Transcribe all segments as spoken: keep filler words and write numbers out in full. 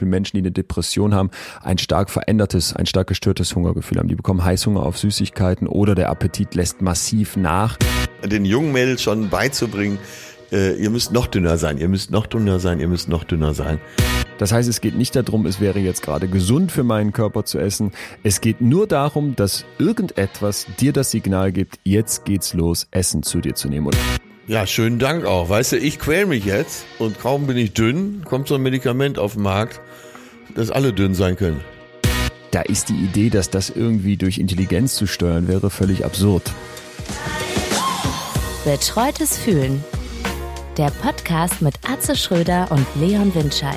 Beispiel Menschen, die eine Depression haben, ein stark verändertes, ein stark gestörtes Hungergefühl haben. Die bekommen Heißhunger auf Süßigkeiten oder der Appetit lässt massiv nach. Den jungen Mädels schon beizubringen, äh, ihr müsst noch dünner sein, ihr müsst noch dünner sein, ihr müsst noch dünner sein. Das heißt, es geht nicht darum, es wäre jetzt gerade gesund für meinen Körper zu essen. Es geht nur darum, dass irgendetwas dir das Signal gibt, jetzt geht's los, Essen zu dir zu nehmen. Ja, schönen Dank auch. Weißt du, ich quäl mich jetzt und kaum bin ich dünn, kommt so ein Medikament auf den Markt, dass alle dünn sein können. Da ist die Idee, dass das irgendwie durch Intelligenz zu steuern wäre, völlig absurd. Betreutes Fühlen. Der Podcast mit Atze Schröder und Leon Windscheid.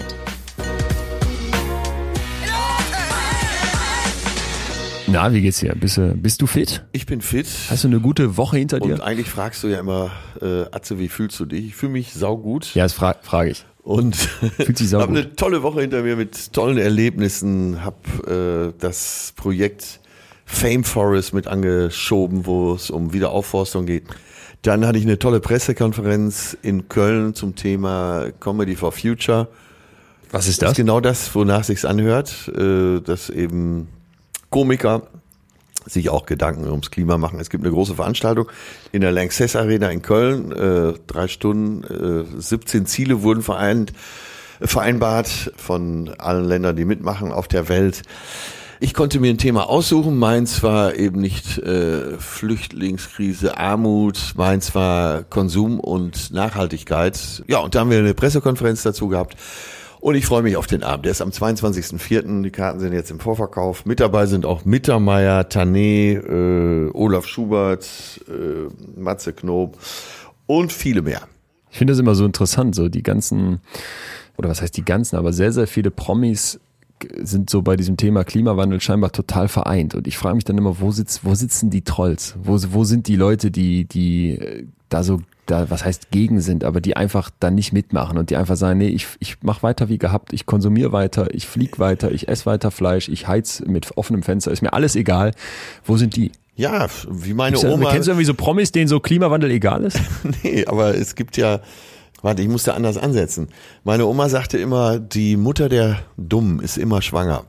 Na, wie geht's dir? Bist du, bist du fit? Ich bin fit. Hast du eine gute Woche hinter dir? Und eigentlich fragst du ja immer, äh, Atze, wie fühlst du dich? Ich fühle mich saugut. Ja, das fra- frage ich. Und fühlt sich saugut. Habe eine tolle Woche hinter mir mit tollen Erlebnissen. Habe äh, das Projekt Fame Forest mit angeschoben, wo es um Wiederaufforstung geht. Dann hatte ich eine tolle Pressekonferenz in Köln zum Thema Comedy for Future. Was ist das? Das ist genau das, wonach sich's anhört, äh, dass eben Komiker sich auch Gedanken ums Klima machen. Es gibt eine große Veranstaltung in der Lanxess Arena in Köln, äh, drei Stunden, äh, siebzehn Ziele wurden vereint, vereinbart von allen Ländern, die mitmachen auf der Welt. Ich konnte mir ein Thema aussuchen. Meins war eben nicht äh, Flüchtlingskrise, Armut, meins war Konsum und Nachhaltigkeit. Ja, und da haben wir eine Pressekonferenz dazu gehabt. Und ich freue mich auf den Abend. Der ist am zweiundzwanzigsten vierten Die Karten sind jetzt im Vorverkauf. Mit dabei sind auch Mittermeier, Tané, äh, Olaf Schubert, äh, Matze Knob und viele mehr. Ich finde das immer so interessant, so die ganzen, oder was heißt die ganzen, aber sehr, sehr viele Promis sind so bei diesem Thema Klimawandel scheinbar total vereint. Und ich frage mich dann immer, wo sitzt, wo sitzen die Trolls? Wo, wo sind die Leute, die, die da so, da, was heißt gegen sind, aber die einfach dann nicht mitmachen und die einfach sagen, nee, ich, ich mache weiter wie gehabt, ich konsumiere weiter, ich fliege weiter, ich esse weiter Fleisch, ich heiz mit offenem Fenster, ist mir alles egal. Wo sind die? Ja, wie meine du, Oma. Kennst du irgendwie so Promis, denen so Klimawandel egal ist? Nee, aber es gibt ja, warte, ich muss da anders ansetzen. Meine Oma sagte immer, die Mutter der Dummen ist immer schwanger.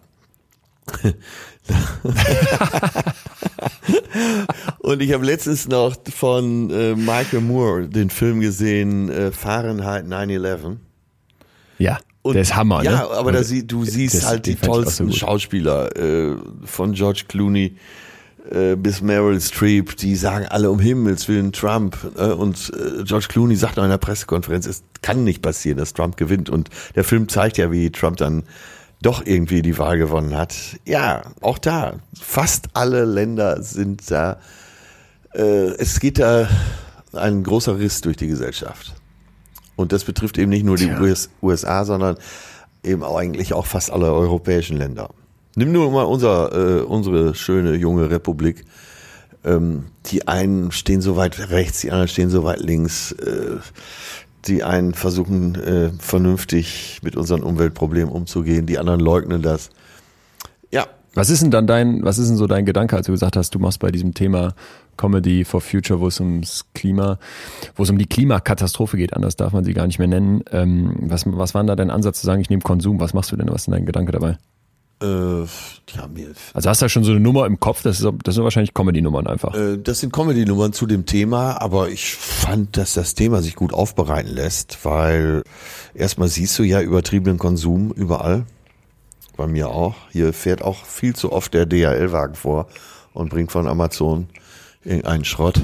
Und ich habe letztens noch von äh, Michael Moore den Film gesehen, äh, Fahrenheit neun elf. Ja, und, der ist Hammer, ja, ne? Ja, aber da sie, du siehst das, halt die tollsten so Schauspieler, äh, von George Clooney äh, bis Meryl Streep, die sagen alle um Himmels Willen Trump. Äh, und äh, George Clooney sagt noch in der Pressekonferenz, es kann nicht passieren, dass Trump gewinnt. Und der Film zeigt ja, wie Trump dann doch irgendwie die Wahl gewonnen hat. Ja, auch da, fast alle Länder sind da, äh, es geht da ein großer Riss durch die Gesellschaft. Und das betrifft eben nicht nur die Tja. U S A, sondern eben auch eigentlich auch fast alle europäischen Länder. Nimm nur mal unser, äh, unsere schöne junge Republik. Ähm, die einen stehen so weit rechts, die anderen stehen so weit links. Äh, Die einen versuchen äh, vernünftig mit unseren Umweltproblemen umzugehen, die anderen leugnen das. Ja. Was ist denn dann dein, was ist denn so dein Gedanke, als du gesagt hast, du machst bei diesem Thema Comedy for Future, wo es ums Klima, wo es um die Klimakatastrophe geht, anders darf man sie gar nicht mehr nennen. Ähm, was, was war denn da dein Ansatz zu sagen, ich nehme Konsum? Was machst du denn? Was ist denn dein Gedanke dabei? Äh, ja, mir Also hast du da schon so eine Nummer im Kopf? Das, ist, das sind wahrscheinlich Comedy-Nummern einfach. Äh, das sind Comedy-Nummern zu dem Thema, aber ich fand, dass das Thema sich gut aufbereiten lässt, weil erstmal siehst du ja übertriebenen Konsum überall. Bei mir auch. Hier fährt auch viel zu oft der D H L-Wagen vor und bringt von Amazon irgendeinen Schrott.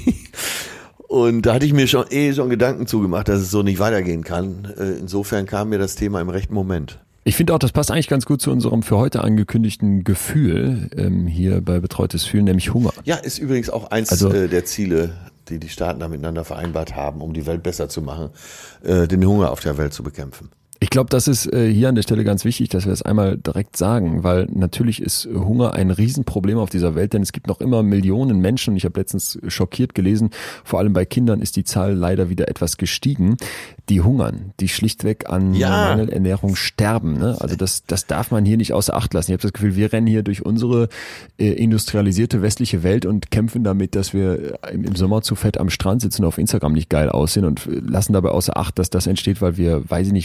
Und da hatte ich mir schon eh schon Gedanken zugemacht, dass es so nicht weitergehen kann. Insofern kam mir das Thema im rechten Moment. Ich finde auch, das passt eigentlich ganz gut zu unserem für heute angekündigten Gefühl ähm, hier bei Betreutes Fühlen, nämlich Hunger. Ja, ist übrigens auch eins also, äh, der Ziele, die die Staaten da miteinander vereinbart haben, um die Welt besser zu machen, äh, den Hunger auf der Welt zu bekämpfen. Ich glaube, das ist äh, hier an der Stelle ganz wichtig, dass wir das einmal direkt sagen, weil natürlich ist Hunger ein Riesenproblem auf dieser Welt, denn es gibt noch immer Millionen Menschen, und ich habe letztens schockiert gelesen, vor allem bei Kindern ist die Zahl leider wieder etwas gestiegen, die hungern, die schlichtweg an ja. Mangelernährung sterben. Ne? Also das, das darf man hier nicht außer Acht lassen. Ich habe das Gefühl, wir rennen hier durch unsere äh, industrialisierte westliche Welt und kämpfen damit, dass wir im, im Sommer zu fett am Strand sitzen und auf Instagram nicht geil aussehen und lassen dabei außer Acht, dass das entsteht, weil wir, weiß ich nicht, wie viele Tonnen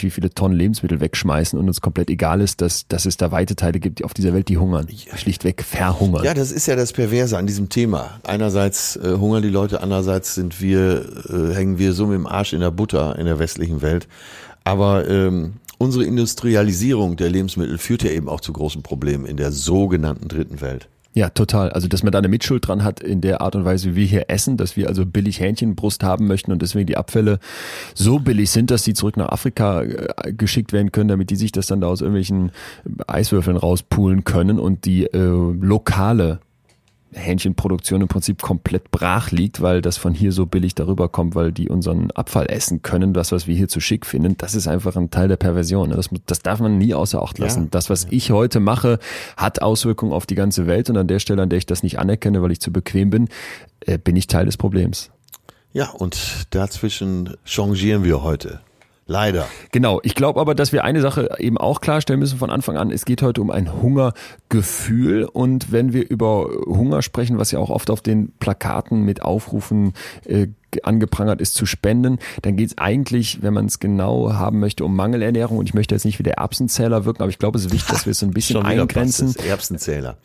Tonnen Lebensmittel wegschmeißen und uns komplett egal ist, dass, dass es da weite Teile gibt auf dieser Welt, die hungern, schlichtweg verhungern. Ja, das ist ja das Perverse an diesem Thema. Einerseits äh, hungern die Leute, andererseits sind wir, äh, hängen wir so mit dem Arsch in der Butter in der westlichen Welt. Aber ähm, unsere Industrialisierung der Lebensmittel führt ja eben auch zu großen Problemen in der sogenannten dritten Welt. Ja, total. Also, dass man da eine Mitschuld dran hat in der Art und Weise, wie wir hier essen, dass wir also billig Hähnchenbrust haben möchten und deswegen die Abfälle so billig sind, dass die zurück nach Afrika äh, geschickt werden können, damit die sich das dann da aus irgendwelchen Eiswürfeln rauspulen können und die äh, lokale Hähnchenproduktion im Prinzip komplett brach liegt, weil das von hier so billig darüber kommt, weil die unseren Abfall essen können, das, was wir hier zu schick finden, das ist einfach ein Teil der Perversion. Das, das darf man nie außer Acht lassen. Ja. Das, was ich heute mache, hat Auswirkungen auf die ganze Welt und an der Stelle, an der ich das nicht anerkenne, weil ich zu bequem bin, bin ich Teil des Problems. Ja, und dazwischen changieren wir heute. Leider. Genau. Ich glaube aber, dass wir eine Sache eben auch klarstellen müssen von Anfang an. Es geht heute um ein Hungergefühl. Und wenn wir über Hunger sprechen, was ja auch oft auf den Plakaten mit Aufrufen äh, angeprangert ist, zu spenden, dann geht es eigentlich, wenn man es genau haben möchte, um Mangelernährung. Und ich möchte jetzt nicht wie der Erbsenzähler wirken, aber ich glaube, es ist wichtig, dass wir es so ein bisschen Schon wieder eingrenzen. Erbsenzähler.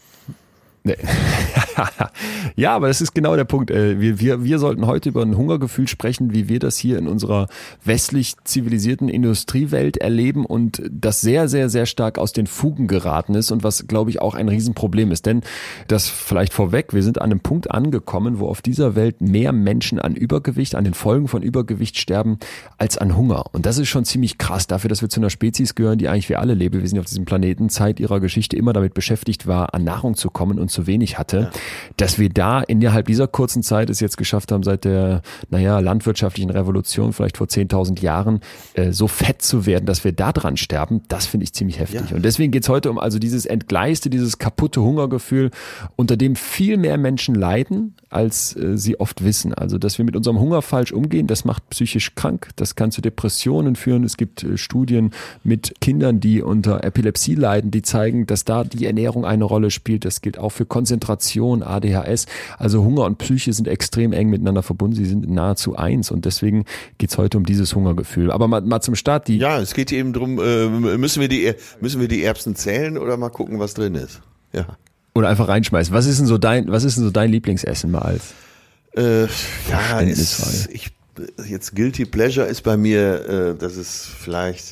Ja, aber das ist genau der Punkt. Wir, wir, wir sollten heute über ein Hungergefühl sprechen, wie wir das hier in unserer westlich zivilisierten Industriewelt erleben und das sehr, sehr, sehr stark aus den Fugen geraten ist und was, glaube ich, auch ein Riesenproblem ist. Denn das vielleicht vorweg, wir sind an einem Punkt angekommen, wo auf dieser Welt mehr Menschen an Übergewicht, an den Folgen von Übergewicht sterben, als an Hunger. Und das ist schon ziemlich krass dafür, dass wir zu einer Spezies gehören, die eigentlich wie alle Lebewesen auf diesem Planeten Zeit ihrer Geschichte immer damit beschäftigt war, an Nahrung zu kommen und zu wenig hatte, ja. Dass wir da innerhalb dieser kurzen Zeit es jetzt geschafft haben, seit der, naja, landwirtschaftlichen Revolution, vielleicht vor zehntausend Jahren, äh, so fett zu werden, dass wir da dran sterben, das finde ich ziemlich heftig. Ja. Und deswegen geht's heute um also dieses entgleiste, dieses kaputte Hungergefühl, unter dem viel mehr Menschen leiden, als äh, sie oft wissen. Also, dass wir mit unserem Hunger falsch umgehen, das macht psychisch krank, das kann zu Depressionen führen. Es gibt äh, Studien mit Kindern, die unter Epilepsie leiden, die zeigen, dass da die Ernährung eine Rolle spielt. Das gilt auch für Konzentration, A D H S. Also Hunger und Psyche sind extrem eng miteinander verbunden. Sie sind nahezu eins und deswegen geht's heute um dieses Hungergefühl. Aber mal, mal zum Start. Die ja, es geht eben drum, äh, müssen wir die müssen wir die Erbsen zählen oder mal gucken, was drin ist? Ja. Oder einfach reinschmeißen. Was ist denn so dein, was ist denn so dein Lieblingsessen mal als? Äh, ja, ist, ich, jetzt Guilty Pleasure ist bei mir, äh, dass es vielleicht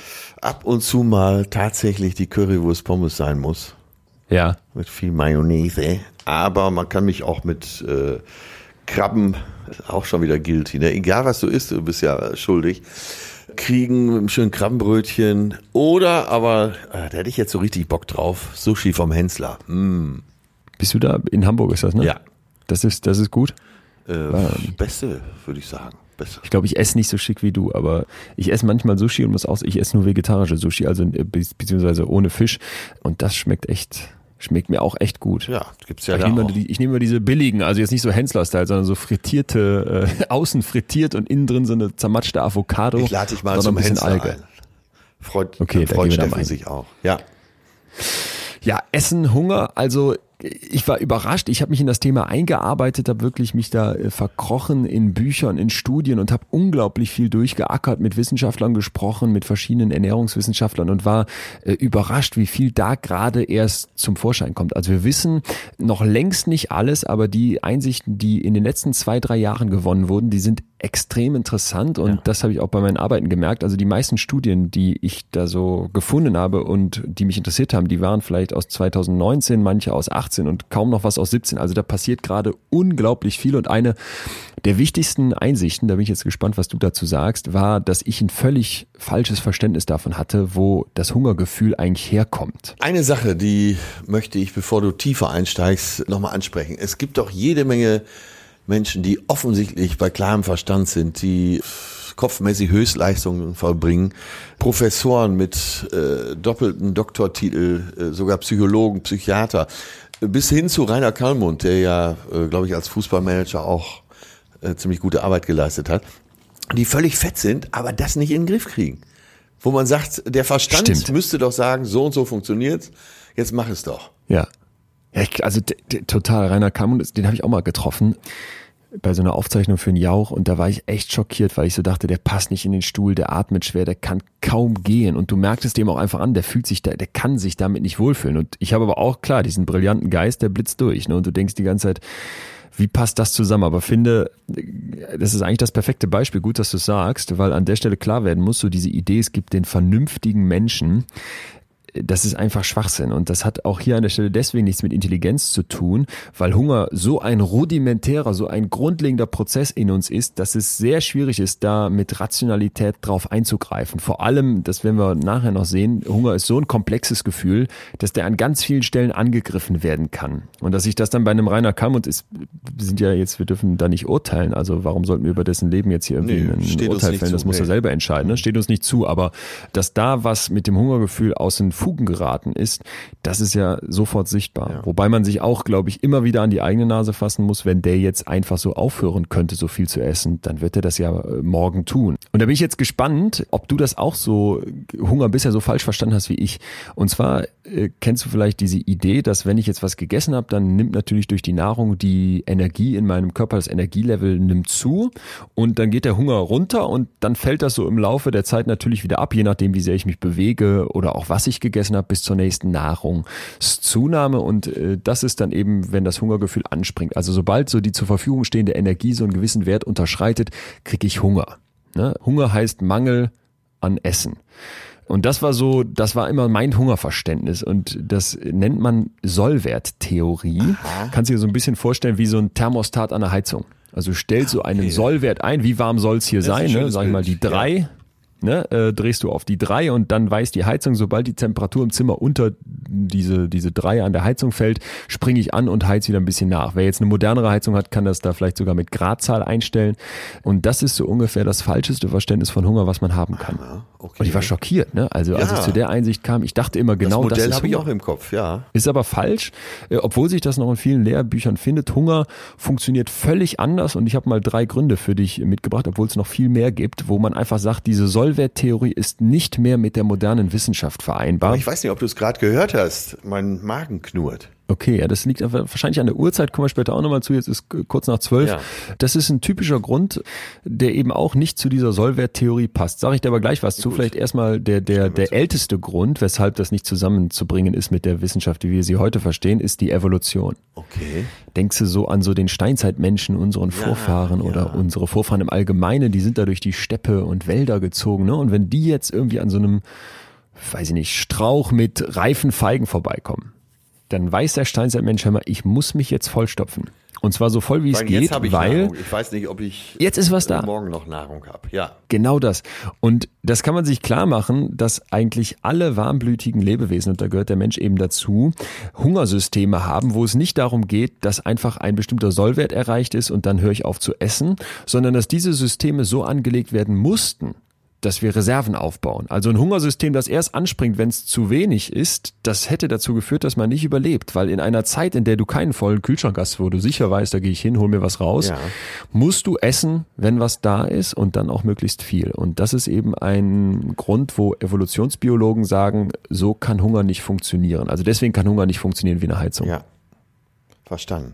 ab und zu mal tatsächlich die Currywurst Pommes sein muss. Ja. Mit viel Mayonnaise. Aber man kann mich auch mit äh, Krabben, auch schon wieder guilty, ne? Egal was du isst, du bist ja schuldig, kriegen mit einem schönen Krabbenbrötchen oder, aber äh, da hätte ich jetzt so richtig Bock drauf, Sushi vom Hensler. Mm. Bist du da? In Hamburg ist das, ne? Ja. Das ist, das ist gut? Äh, ähm. Beste, würde ich sagen. Besser. Ich glaube, ich esse nicht so schick wie du, aber ich esse manchmal Sushi und muss auch, ich esse nur vegetarische Sushi, also beziehungsweise ohne Fisch und das schmeckt echt... Schmeckt mir auch echt gut. Ja, gibt's ja ich da nehme auch. Die, ich nehme diese billigen, also jetzt nicht so Hensler-Style, sondern so frittierte, äh, außen frittiert und innen drin so eine zermatschte Avocado. Ich lade dich mal zum Hensler Alge. ein. Freut, okay, freut Steffen sich auch. Ja. Ja, Essen, Hunger, also ich war überrascht, ich habe mich in das Thema eingearbeitet, habe wirklich mich da äh, verkrochen in Büchern, in Studien und habe unglaublich viel durchgeackert, mit Wissenschaftlern gesprochen, mit verschiedenen Ernährungswissenschaftlern und war äh, überrascht, wie viel da gerade erst zum Vorschein kommt. Also wir wissen noch längst nicht alles, aber die Einsichten, die in den letzten zwei, drei Jahren gewonnen wurden, die sind extrem interessant und ja. Das habe ich auch bei meinen Arbeiten gemerkt. Also die meisten Studien, die ich da so gefunden habe und die mich interessiert haben, die waren vielleicht aus zweitausendneunzehn, manche aus achtzehn und kaum noch was aus siebzehn. Also da passiert gerade unglaublich viel und eine der wichtigsten Einsichten, da bin ich jetzt gespannt, was du dazu sagst, war, dass ich ein völlig falsches Verständnis davon hatte, wo das Hungergefühl eigentlich herkommt. Eine Sache, die möchte ich, bevor du tiefer einsteigst, nochmal ansprechen. Es gibt doch jede Menge Menschen, die offensichtlich bei klarem Verstand sind, die kopfmäßig Höchstleistungen vollbringen, Professoren mit äh, doppelten Doktortitel, äh, sogar Psychologen, Psychiater, bis hin zu Rainer Kallmund, der ja, äh, glaube ich, als Fußballmanager auch äh, ziemlich gute Arbeit geleistet hat, die völlig fett sind, aber das nicht in den Griff kriegen. Wo man sagt, der Verstand Stimmt. müsste doch sagen, so und so funktioniert's, jetzt mach es doch. Ja. Ja, ich, also d- d- total, Rainer Kallmund, den habe ich auch mal getroffen. bei so einer Aufzeichnung für einen Jauch und da war ich echt schockiert, weil ich so dachte, der passt nicht in den Stuhl, der atmet schwer, der kann kaum gehen und du merkst es dem auch einfach an, der fühlt sich da, der kann sich damit nicht wohlfühlen und ich habe aber auch, klar, diesen brillanten Geist, der blitzt durch, ne? Und du denkst die ganze Zeit, wie passt das zusammen? Aber finde, das ist eigentlich das perfekte Beispiel, gut, dass du es sagst, weil an der Stelle klar werden muss, so diese Idee, es gibt den vernünftigen Menschen, das ist einfach Schwachsinn und das hat auch hier an der Stelle deswegen nichts mit Intelligenz zu tun, weil Hunger so ein rudimentärer, so ein grundlegender Prozess in uns ist, dass es sehr schwierig ist, da mit Rationalität drauf einzugreifen. Vor allem, das werden wir nachher noch sehen, Hunger ist so ein komplexes Gefühl, dass der an ganz vielen Stellen angegriffen werden kann. Und dass sich das dann bei einem Rainer Kamm, und es sind ja jetzt, wir dürfen da nicht urteilen, also warum sollten wir über dessen Leben jetzt hier irgendwie nee, ein Urteil fällen, das zu, muss nee. er selber entscheiden, ne? Steht uns nicht zu, aber dass da was mit dem Hungergefühl aus den Fugen geraten ist, das ist ja sofort sichtbar. Ja. Wobei man sich auch, glaube ich, immer wieder an die eigene Nase fassen muss, wenn der jetzt einfach so aufhören könnte, so viel zu essen, dann wird er das ja morgen tun. Und da bin ich jetzt gespannt, ob du das auch so, Hunger bisher so falsch verstanden hast wie ich. Und zwar äh, kennst du vielleicht diese Idee, dass wenn ich jetzt was gegessen habe, dann nimmt natürlich durch die Nahrung die Energie in meinem Körper, das Energielevel nimmt zu und dann geht der Hunger runter und dann fällt das so im Laufe der Zeit natürlich wieder ab, je nachdem, wie sehr ich mich bewege oder auch was ich gegessen habe, bis zur nächsten Nahrungszunahme und äh, das ist dann eben, wenn das Hungergefühl anspringt. Also sobald so die zur Verfügung stehende Energie so einen gewissen Wert unterschreitet, kriege ich Hunger. Ne? Hunger heißt Mangel an Essen. Und das war so, das war immer mein Hungerverständnis und das nennt man Sollwerttheorie. Aha. Kannst du dir so ein bisschen vorstellen wie so ein Thermostat an der Heizung. Also du stellst so einen okay. Sollwert ein, wie warm soll es hier das sein, ne? Sag ich mal die drei. Ja. Ne, äh, drehst du auf die drei und dann weiß die Heizung, sobald die Temperatur im Zimmer unter diese diese drei an der Heizung fällt, springe ich an und heiz wieder ein bisschen nach. Wer jetzt eine modernere Heizung hat, kann das da vielleicht sogar mit Gradzahl einstellen. Und das ist so ungefähr das falscheste Verständnis von Hunger, was man haben kann. Aha, okay. Und ich war schockiert, ne? Also ja. als ich zu der Einsicht kam, ich dachte immer genau das, Modell das ist habe ich auch im Kopf, ja. Ist aber falsch, äh, obwohl sich das noch in vielen Lehrbüchern findet. Hunger funktioniert völlig anders und ich habe mal drei Gründe für dich mitgebracht, obwohl es noch viel mehr gibt, wo man einfach sagt, diese Sollwerttheorie ist nicht mehr mit der modernen Wissenschaft vereinbar. Aber ich weiß nicht, ob du es gerade gehört hast. Mein Magen knurrt. Okay, ja, das liegt wahrscheinlich an der Uhrzeit, kommen wir später auch nochmal zu, jetzt ist kurz nach zwölf. Ja. Das ist ein typischer Grund, der eben auch nicht zu dieser Sollwerttheorie passt. Sag ich dir aber gleich was zu. Gut. Vielleicht erstmal der, der, der älteste Grund, weshalb das nicht zusammenzubringen ist mit der Wissenschaft, wie wir sie heute verstehen, ist die Evolution. Okay. Denkst du so an so den Steinzeitmenschen, unseren ja, Vorfahren ja. oder unsere Vorfahren im Allgemeinen, die sind da durch die Steppe und Wälder gezogen, ne? Und wenn die jetzt irgendwie an so einem, weiß ich nicht, Strauch mit reifen Feigen vorbeikommen, dann weiß der Steinzeitmensch, hör mal, ich muss mich jetzt vollstopfen. Und zwar so voll, wie es geht, ich weil Nahrung. Ich weiß nicht, ob ich jetzt ist was da. morgen noch Nahrung habe. Ja. Genau das. Und das kann man sich klar machen, dass eigentlich alle warmblütigen Lebewesen, und da gehört der Mensch eben dazu, Hungersysteme haben, wo es nicht darum geht, dass einfach ein bestimmter Sollwert erreicht ist und dann höre ich auf zu essen, sondern dass diese Systeme so angelegt werden mussten, dass wir Reserven aufbauen. Also ein Hungersystem, das erst anspringt, wenn es zu wenig ist, das hätte dazu geführt, dass man nicht überlebt. Weil in einer Zeit, in der du keinen vollen Kühlschrank hast, wo du sicher weißt, da gehe ich hin, hol mir was raus, ja. musst du essen, wenn was da ist und dann auch möglichst viel. Und das ist eben ein Grund, wo Evolutionsbiologen sagen, so kann Hunger nicht funktionieren. Also deswegen kann Hunger nicht funktionieren wie eine Heizung. Ja, verstanden.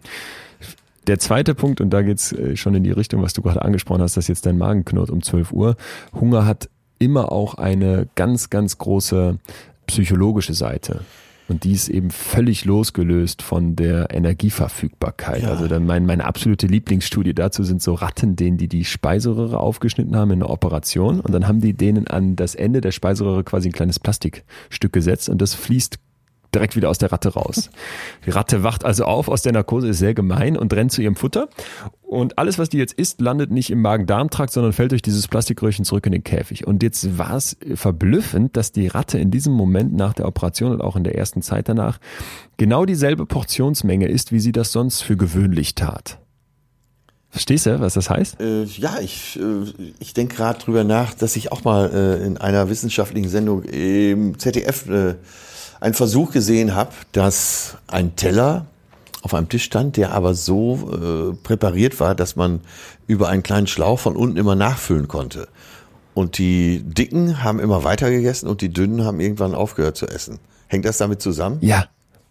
Der zweite Punkt, und da geht's schon in die Richtung, was du gerade angesprochen hast, dass jetzt dein Magen knurrt um zwölf Uhr. Hunger hat immer auch eine ganz, ganz große psychologische Seite. Und die ist eben völlig losgelöst von der Energieverfügbarkeit. Ja. Also dann mein, meine absolute Lieblingsstudie dazu sind so Ratten, denen die die Speiseröhre aufgeschnitten haben in einer Operation. Und dann haben die denen an das Ende der Speiseröhre quasi ein kleines Plastikstück gesetzt und das fließt direkt wieder aus der Ratte raus. Die Ratte wacht also auf aus der Narkose, ist sehr gemein und rennt zu ihrem Futter. Und alles, was die jetzt isst, landet nicht im Magen-Darm-Trakt, sondern fällt durch dieses Plastikröhrchen zurück in den Käfig. Und jetzt war es verblüffend, dass die Ratte in diesem Moment nach der Operation und auch in der ersten Zeit danach genau dieselbe Portionsmenge isst, wie sie das sonst für gewöhnlich tat. Verstehst du, was das heißt? Äh, ja, ich, äh, ich denke gerade drüber nach, dass ich auch mal äh, in einer wissenschaftlichen Sendung im Z D F äh, einen Versuch gesehen habe, dass ein Teller auf einem Tisch stand, der aber so äh, präpariert war, dass man über einen kleinen Schlauch von unten immer nachfüllen konnte. Und die Dicken haben immer weiter gegessen und die Dünnen haben irgendwann aufgehört zu essen. Hängt das damit zusammen? Ja.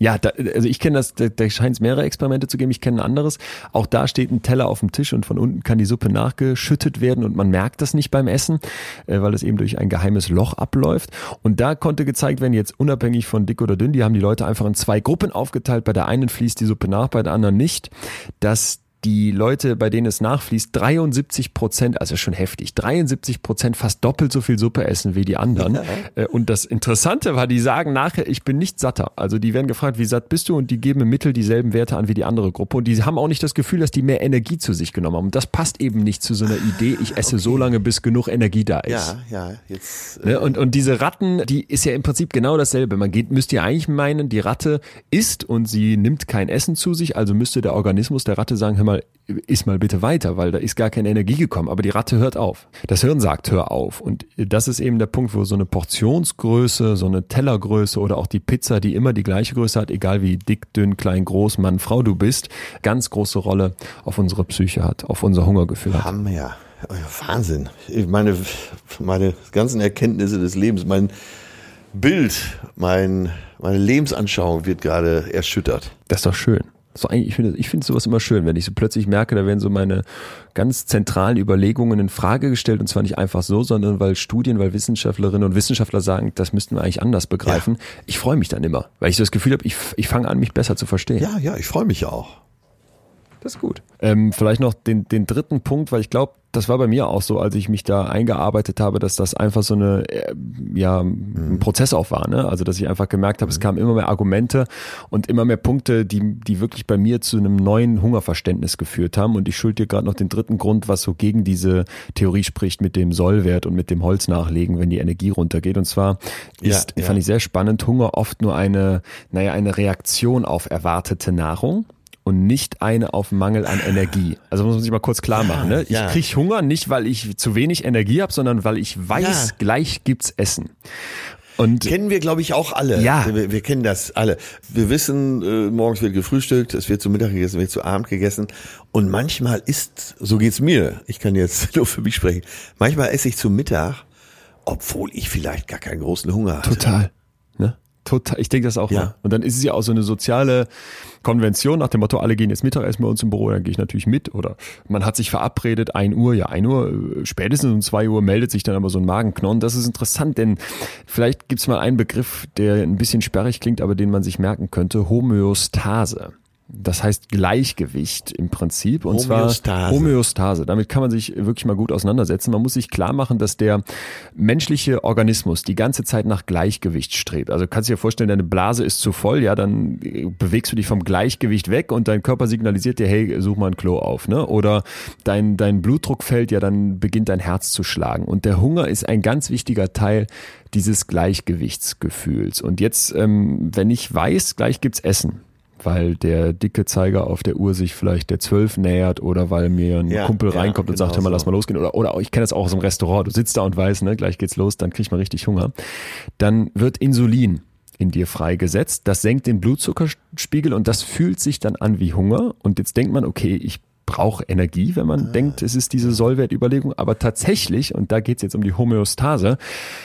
Ja, da, also ich kenne das, da, da scheint es mehrere Experimente zu geben, ich kenne ein anderes. Auch da steht ein Teller auf dem Tisch und von unten kann die Suppe nachgeschüttet werden und man merkt das nicht beim Essen, äh, weil es eben durch ein geheimes Loch abläuft. Und da konnte gezeigt werden, jetzt unabhängig von dick oder dünn, die haben die Leute einfach in zwei Gruppen aufgeteilt. Bei der einen fließt die Suppe nach, bei der anderen nicht. Dass die Leute, bei denen es nachfließt, dreiundsiebzig Prozent, also schon heftig, dreiundsiebzig Prozent fast doppelt so viel Suppe essen wie die anderen. Ja. Und das Interessante war, die sagen nachher, ich bin nicht satter. Also die werden gefragt, wie satt bist du? Und die geben im Mittel dieselben Werte an wie die andere Gruppe. Und die haben auch nicht das Gefühl, dass die mehr Energie zu sich genommen haben. Und das passt eben nicht zu so einer Idee, ich esse okay. so lange, bis genug Energie da ist. Ja, ja, jetzt. Äh und, und diese Ratten, die ist ja im Prinzip genau dasselbe. Man geht, müsst ihr eigentlich meinen, die Ratte isst und sie nimmt kein Essen zu sich, also müsste der Organismus der Ratte sagen, hör mal, iss mal bitte weiter, weil da ist gar keine Energie gekommen. Aber die Ratte hört auf. Das Hirn sagt, hör auf. Und das ist eben der Punkt, wo so eine Portionsgröße, so eine Tellergröße oder auch die Pizza, die immer die gleiche Größe hat, egal wie dick, dünn, klein, groß, Mann, Frau du bist, ganz große Rolle auf unsere Psyche hat, auf unser Hungergefühl hat. Hammer, ja. Wahnsinn. Meine, meine ganzen Erkenntnisse des Lebens, mein Bild, mein, meine Lebensanschauung wird gerade erschüttert. Das ist doch schön. So, ich finde ich finde sowas immer schön, wenn ich so plötzlich merke, da werden so meine ganz zentralen Überlegungen in Frage gestellt und zwar nicht einfach so, sondern weil Studien, weil Wissenschaftlerinnen und Wissenschaftler sagen, das müssten wir eigentlich anders begreifen. Ja. Ich freue mich dann immer, weil ich so das Gefühl habe, ich, ich fange an, mich besser zu verstehen. Ja, ja, ich freue mich auch. Das ist gut. Ähm, vielleicht noch den, den dritten Punkt, weil ich glaube, das war bei mir auch so, als ich mich da eingearbeitet habe, dass das einfach so eine, äh, ja, ein Prozess auch war, ne? Also, dass ich einfach gemerkt habe, es kamen immer mehr Argumente und immer mehr Punkte, die, die wirklich bei mir zu einem neuen Hungerverständnis geführt haben. Und ich schulde dir gerade noch den dritten Grund, was so gegen diese Theorie spricht mit dem Sollwert und mit dem Holz nachlegen, wenn die Energie runtergeht. Und zwar ist, ja, ja. fand ich sehr spannend, Hunger oft nur eine, naja, eine Reaktion auf erwartete Nahrung. Und nicht eine auf Mangel an Energie. Also muss man sich mal kurz klar machen. Ne? Ich ja. kriege Hunger nicht, weil ich zu wenig Energie habe, sondern weil ich weiß, ja. gleich gibt's Essen. Und kennen wir, glaube ich, auch alle. Ja. Wir, wir kennen das alle. Wir wissen, äh, morgens wird gefrühstückt, es wird zu Mittag gegessen, wird zu Abend gegessen. Und manchmal ist, so geht's mir, ich kann jetzt nur für mich sprechen, manchmal esse ich zu Mittag, obwohl ich vielleicht gar keinen großen Hunger hatte. Total. Ne? Total. Ich denke das auch ja. mal. Und dann ist es ja auch so eine soziale Konvention nach dem Motto, alle gehen jetzt Mittagessen bei uns im Büro, dann gehe ich natürlich mit. Oder man hat sich verabredet, ein Uhr, ja ein Uhr, spätestens um zwei Uhr meldet sich dann aber so ein Magenknurren. Das ist interessant, denn vielleicht gibt's mal einen Begriff, der ein bisschen sperrig klingt, aber den man sich merken könnte, Homöostase. Das heißt Gleichgewicht im Prinzip und Homöostase. zwar Homöostase. Damit kann man sich wirklich mal gut auseinandersetzen. Man muss sich klar machen, dass der menschliche Organismus die ganze Zeit nach Gleichgewicht strebt. Also kannst du dir vorstellen, deine Blase ist zu voll, ja, dann bewegst du dich vom Gleichgewicht weg und dein Körper signalisiert dir, hey, such mal ein Klo auf, ne? Oder dein dein Blutdruck fällt, ja, dann beginnt dein Herz zu schlagen. Und der Hunger ist ein ganz wichtiger Teil dieses Gleichgewichtsgefühls. Und jetzt, ähm, wenn ich weiß, gleich gibt's Essen, weil der dicke Zeiger auf der Uhr sich vielleicht der zwölf nähert oder weil mir ein ja, Kumpel ja, reinkommt und genau sagt, hör mal, so. lass mal losgehen. Oder, oder ich kenne das auch aus dem Restaurant. Du sitzt da und weißt, ne, gleich geht's los, dann kriegt man richtig Hunger. Dann wird Insulin in dir freigesetzt. Das senkt den Blutzuckerspiegel und das fühlt sich dann an wie Hunger. Und jetzt denkt man, okay, ich brauche Energie, wenn man ah. denkt, es ist diese Sollwertüberlegung. Aber tatsächlich, und da geht's jetzt um die Homöostase,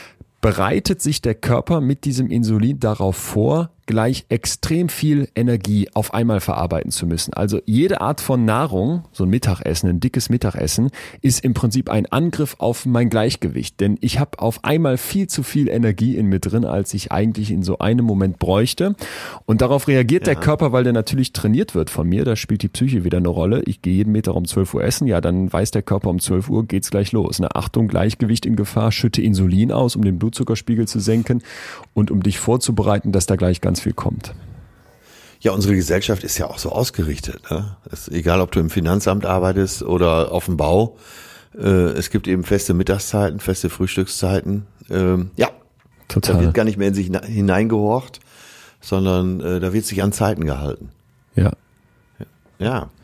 bereitet sich der Körper mit diesem Insulin darauf vor, gleich extrem viel Energie auf einmal verarbeiten zu müssen. Also jede Art von Nahrung, so ein Mittagessen, ein dickes Mittagessen, ist im Prinzip ein Angriff auf mein Gleichgewicht. Denn ich habe auf einmal viel zu viel Energie in mir drin, als ich eigentlich in so einem Moment bräuchte. Und darauf reagiert ja. der Körper, weil der natürlich trainiert wird von mir. Da spielt die Psyche wieder eine Rolle. Ich gehe jeden Mittag um zwölf Uhr essen. Ja, dann weiß der Körper, um zwölf Uhr geht's gleich los. Eine Achtung, Gleichgewicht in Gefahr, schütte Insulin aus, um den Blutzuckerspiegel zu senken und um dich vorzubereiten, dass da gleich ganz viel kommt. Ja, unsere Gesellschaft ist ja auch so ausgerichtet. Ne? Es, egal, ob du im Finanzamt arbeitest oder auf dem Bau, äh, es gibt eben feste Mittagszeiten, feste Frühstückszeiten. Ähm, ja, total. Da wird gar nicht mehr in sich hineingehorcht, sondern äh, da wird sich an Zeiten gehalten. Ja. Ja.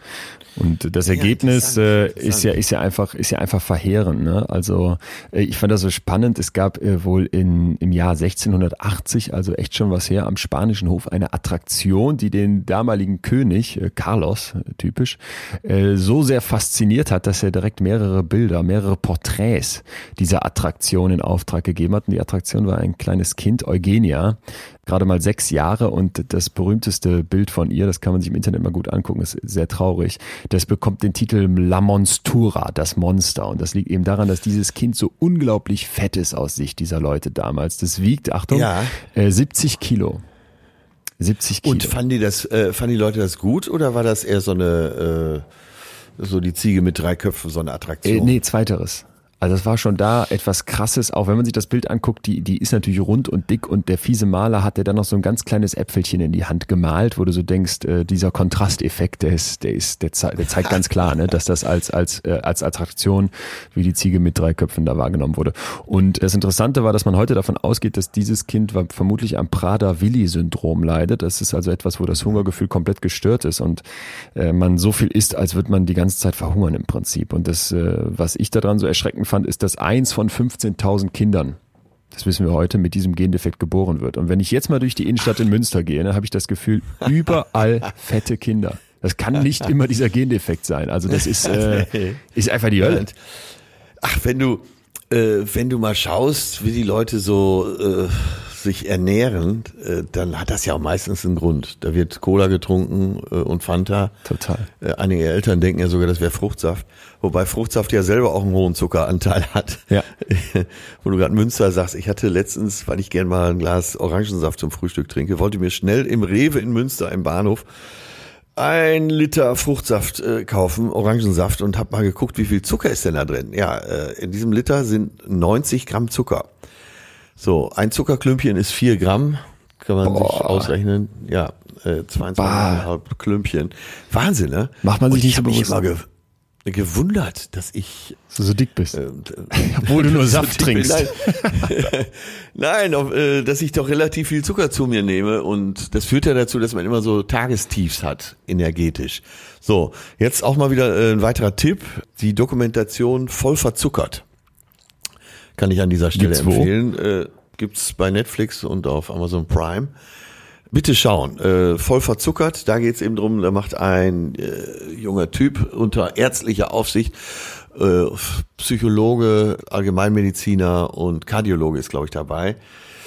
Und das Ergebnis äh, ist ja ist ja einfach ist ja einfach verheerend. Ne? Also äh, ich fand das so spannend. Es gab äh, wohl in im Jahr sechzehnhundertachtzig, also echt schon was her, am spanischen Hof eine Attraktion, die den damaligen König äh, Carlos, äh, typisch, äh, so sehr fasziniert hat, dass er direkt mehrere Bilder, mehrere Porträts dieser Attraktion in Auftrag gegeben hat. Und die Attraktion war ein kleines Kind, Eugenia, gerade mal sechs Jahre, und das berühmteste Bild von ihr, das kann man sich im Internet mal gut angucken, ist sehr traurig. Das bekommt den Titel La Monstura, das Monster. Und das liegt eben daran, dass dieses Kind so unglaublich fett ist aus Sicht dieser Leute damals. Das wiegt, Achtung, ja. äh, siebzig Kilo. siebzig Kilo. Und fanden die das, äh, fanden die Leute das gut oder war das eher so eine, äh, so die Ziege mit drei Köpfen, so eine Attraktion? Äh, nee, zweiteres. Also das war schon da etwas Krasses, auch wenn man sich das Bild anguckt, die, die ist natürlich rund und dick, und der fiese Maler hat ja dann noch so ein ganz kleines Äpfelchen in die Hand gemalt, wo du so denkst, äh, dieser Kontrasteffekt, der ist, der ist, der, ze- der zeigt ganz klar, ne, dass das als, als, äh, als Attraktion wie die Ziege mit drei Köpfen da wahrgenommen wurde. Und das Interessante war, dass man heute davon ausgeht, dass dieses Kind vermutlich am Prader-Willi-Syndrom leidet. Das ist also etwas, wo das Hungergefühl komplett gestört ist und äh, man so viel isst, als würde man die ganze Zeit verhungern im Prinzip. Und das, äh, was ich daran so erschreckend fand, ist, dass eins von fünfzehntausend Kindern, das wissen wir heute, mit diesem Gendefekt geboren wird. Und wenn ich jetzt mal durch die Innenstadt in Münster gehe, dann habe ich das Gefühl, überall fette Kinder. Das kann nicht immer dieser Gendefekt sein. Also das ist, äh, ist einfach die Hölle. Ach, wenn du, äh, wenn du mal schaust, wie die Leute so äh, sich ernähren, äh, dann hat das ja auch meistens einen Grund. Da wird Cola getrunken äh, und Fanta. Total. Äh, einige Eltern denken ja sogar, das wäre Fruchtsaft. Wobei Fruchtsaft ja selber auch einen hohen Zuckeranteil hat. Ja. Wo du gerade Münster sagst, ich hatte letztens, weil ich gern mal ein Glas Orangensaft zum Frühstück trinke, wollte mir schnell im Rewe in Münster im Bahnhof ein Liter Fruchtsaft äh, kaufen, Orangensaft, und hab mal geguckt, wie viel Zucker ist denn da drin. Ja, äh, in diesem Liter sind neunzig Gramm Zucker. So, ein Zuckerklümpchen ist vier Gramm, kann man Boah. sich ausrechnen. Ja, äh, zweiundzwanzig Komma fünf Klümpchen. Wahnsinn, ne? Macht man sich und ich nicht so hab mich bewusst. immer ge gewundert, dass ich So, so dick bist. äh, Obwohl du nur so Saft dick bin. trinkst. Nein, Nein auf, äh, dass ich doch relativ viel Zucker zu mir nehme, und das führt ja dazu, dass man immer so Tagestiefs hat, energetisch. So, jetzt auch mal wieder äh, ein weiterer Tipp, die Dokumentation Voll verzuckert. Kann ich an dieser Stelle Gibt's wo? empfehlen. Äh, gibt's bei Netflix und auf Amazon Prime. Bitte schauen, äh, voll verzuckert, da geht's eben drum, da macht ein äh, junger Typ unter ärztlicher Aufsicht, äh, Psychologe, Allgemeinmediziner und Kardiologe ist, glaube ich, dabei.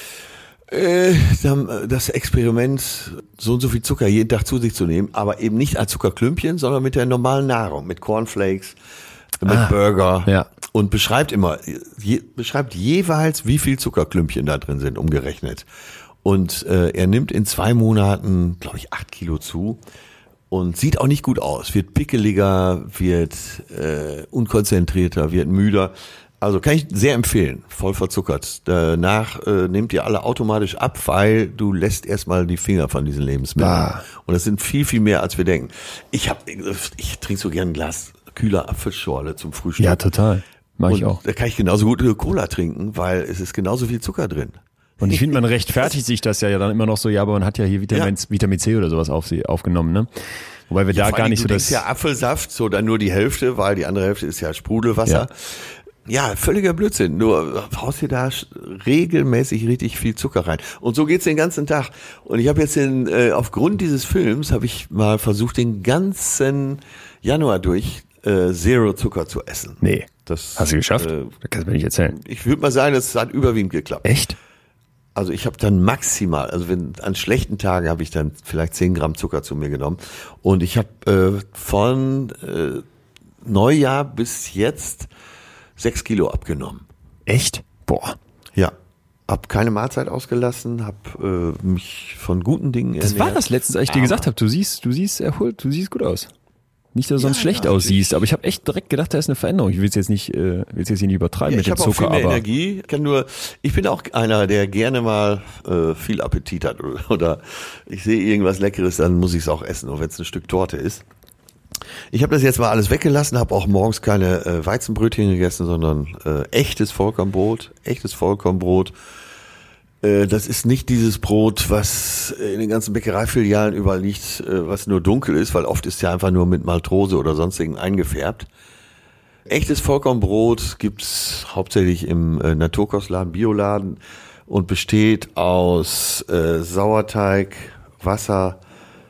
Äh, das Experiment, so und so viel Zucker jeden Tag zu sich zu nehmen, aber eben nicht als Zuckerklümpchen, sondern mit der normalen Nahrung, mit Cornflakes, mit Ah, Burger, ja. und beschreibt immer, je, beschreibt jeweils, wie viel Zuckerklümpchen da drin sind, umgerechnet. Und äh, er nimmt in zwei Monaten, glaube ich, acht Kilo zu und sieht auch nicht gut aus. Wird pickeliger, wird äh, unkonzentrierter, wird müder. Also kann ich sehr empfehlen, voll verzuckert. Danach äh, nehmt ihr alle automatisch ab, weil du lässt erstmal die Finger von diesen Lebensmitteln. Ah. Und das sind viel, viel mehr, als wir denken. Ich hab, ich trinke so gern ein Glas kühler Apfelschorle zum Frühstück. Ja, total. Mach ich Und auch. da kann ich genauso gut Cola trinken, weil es ist genauso viel Zucker drin. Und ich finde, man rechtfertigt sich das ja dann immer noch so, ja, aber man hat ja hier Vitamin, Ja. Vitamin C oder sowas auf, aufgenommen, ne? Wobei wir Ja, da vor gar allem, nicht so du das... denkst ja Apfelsaft, so dann nur die Hälfte, weil die andere Hälfte ist ja Sprudelwasser. Ja, völliger Blödsinn. Nur haust dir da regelmäßig richtig viel Zucker rein. Und so geht's den ganzen Tag. Und ich habe jetzt den, äh, aufgrund dieses Films habe ich mal versucht, den ganzen Januar durch äh, Zero Zucker zu essen. Nee. Das Hast du geschafft? Äh, Das kannst du mir nicht erzählen. ich würde mal sagen, das hat überwiegend geklappt. Echt? Also ich habe dann maximal, also wenn an schlechten Tagen habe ich dann vielleicht zehn Gramm Zucker zu mir genommen. Und ich habe äh, von äh, Neujahr bis jetzt sechs Kilo abgenommen. Echt? Boah. Ja, hab keine Mahlzeit ausgelassen, hab äh, mich von guten Dingen ernährt. Das war das letztens, als ich dir gesagt habe. Du siehst, du siehst erholt, du siehst gut aus. Nicht, dass du sonst Ja, schlecht ja, aussiehst, aber ich habe echt direkt gedacht, da ist eine Veränderung. Ich will es jetzt nicht, äh, will es jetzt hier nicht übertreiben Ja, mit ich dem habe auch Zucker, viel mehr aber Energie. Ich kann nur, ich bin auch einer, der gerne mal äh, viel Appetit hat oder, oder ich sehe irgendwas Leckeres, dann muss ich es auch essen, auch wenn es ein Stück Torte ist. Ich habe das jetzt mal alles weggelassen, habe auch morgens keine äh, Weizenbrötchen gegessen, sondern äh, echtes Vollkornbrot, echtes Vollkornbrot Das ist nicht dieses Brot, was in den ganzen Bäckereifilialen überall liegt, was nur dunkel ist, weil oft ist ja einfach nur mit Maltose oder sonstigen eingefärbt. Echtes Vollkornbrot gibt's hauptsächlich im Naturkostladen, Bioladen und besteht aus äh, Sauerteig, Wasser,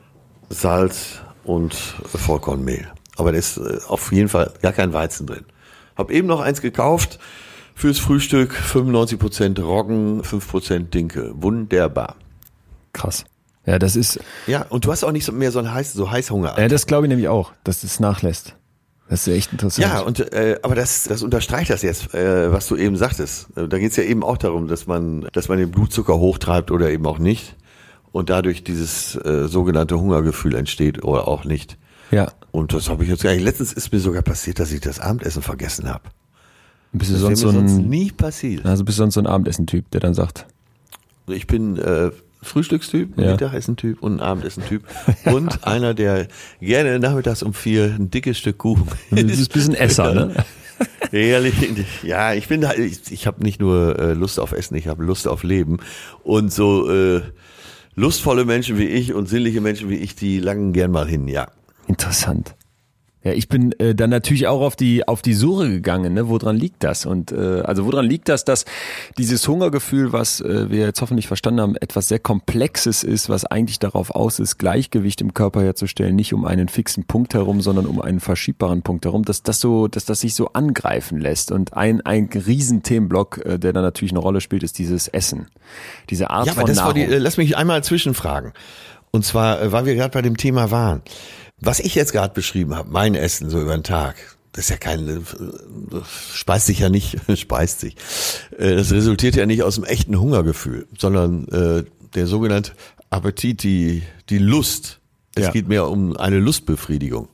Salz und Vollkornmehl. Aber da ist äh, auf jeden Fall gar kein Weizen drin. Hab eben noch eins gekauft. Fürs Frühstück fünfundneunzig Prozent Roggen, fünf Prozent Dinkel. Wunderbar. Krass. Ja, das ist... Ja, und du hast auch nicht so mehr so einen Heiß, so Heißhunger. Ja, das glaube ich nämlich auch, dass es nachlässt. Das ist echt interessant. Ja, und äh, aber das, das unterstreicht das jetzt, äh, was du eben sagtest. Da geht es ja eben auch darum, dass man, dass man den Blutzucker hochtreibt oder eben auch nicht. Und dadurch dieses äh, sogenannte Hungergefühl entsteht oder auch nicht. Ja. Und das habe ich jetzt gar nicht. Letztens ist mir sogar passiert, dass ich das Abendessen vergessen habe. Bist du das sonst so ein, sonst nie passiert. Also bist du sonst so ein Abendessen-Typ, der dann sagt? Ich bin äh, Frühstückstyp, ja. Mittagessen-Typ und ein Abendessen-Typ. Und ja. einer, der gerne nachmittags um vier ein dickes Stück Kuchen. Du bist ein bisschen Esser, ne? Ehrlich, ja, ich bin, ich, ich habe nicht nur äh, Lust auf Essen, ich habe Lust auf Leben. Und so äh, lustvolle Menschen wie ich und sinnliche Menschen wie ich, die langen gern mal hin, ja. Interessant. Ja, ich bin äh, dann natürlich auch auf die auf die Suche gegangen, ne? Woran liegt das? Und äh, also woran liegt das, dass dieses Hungergefühl, was äh, wir jetzt hoffentlich verstanden haben, etwas sehr Komplexes ist, was eigentlich darauf aus ist, Gleichgewicht im Körper herzustellen, nicht um einen fixen Punkt herum, sondern um einen verschiebbaren Punkt herum, dass das so, dass das sich so angreifen lässt. Und ein ein riesen Themenblock, äh, der da natürlich eine Rolle spielt, ist dieses Essen, diese Art ja, von aber das Nahrung. War die, äh, lass mich einmal zwischenfragen. Und zwar, äh, weil wir gerade bei dem Thema waren. Was ich jetzt gerade beschrieben habe, mein Essen so über den Tag, das ist ja kein, das speist sich ja nicht, speist sich. Das resultiert ja nicht aus dem echten Hungergefühl, sondern äh, der sogenannte Appetit, die, die Lust. Es ja. geht mehr um eine Lustbefriedigung.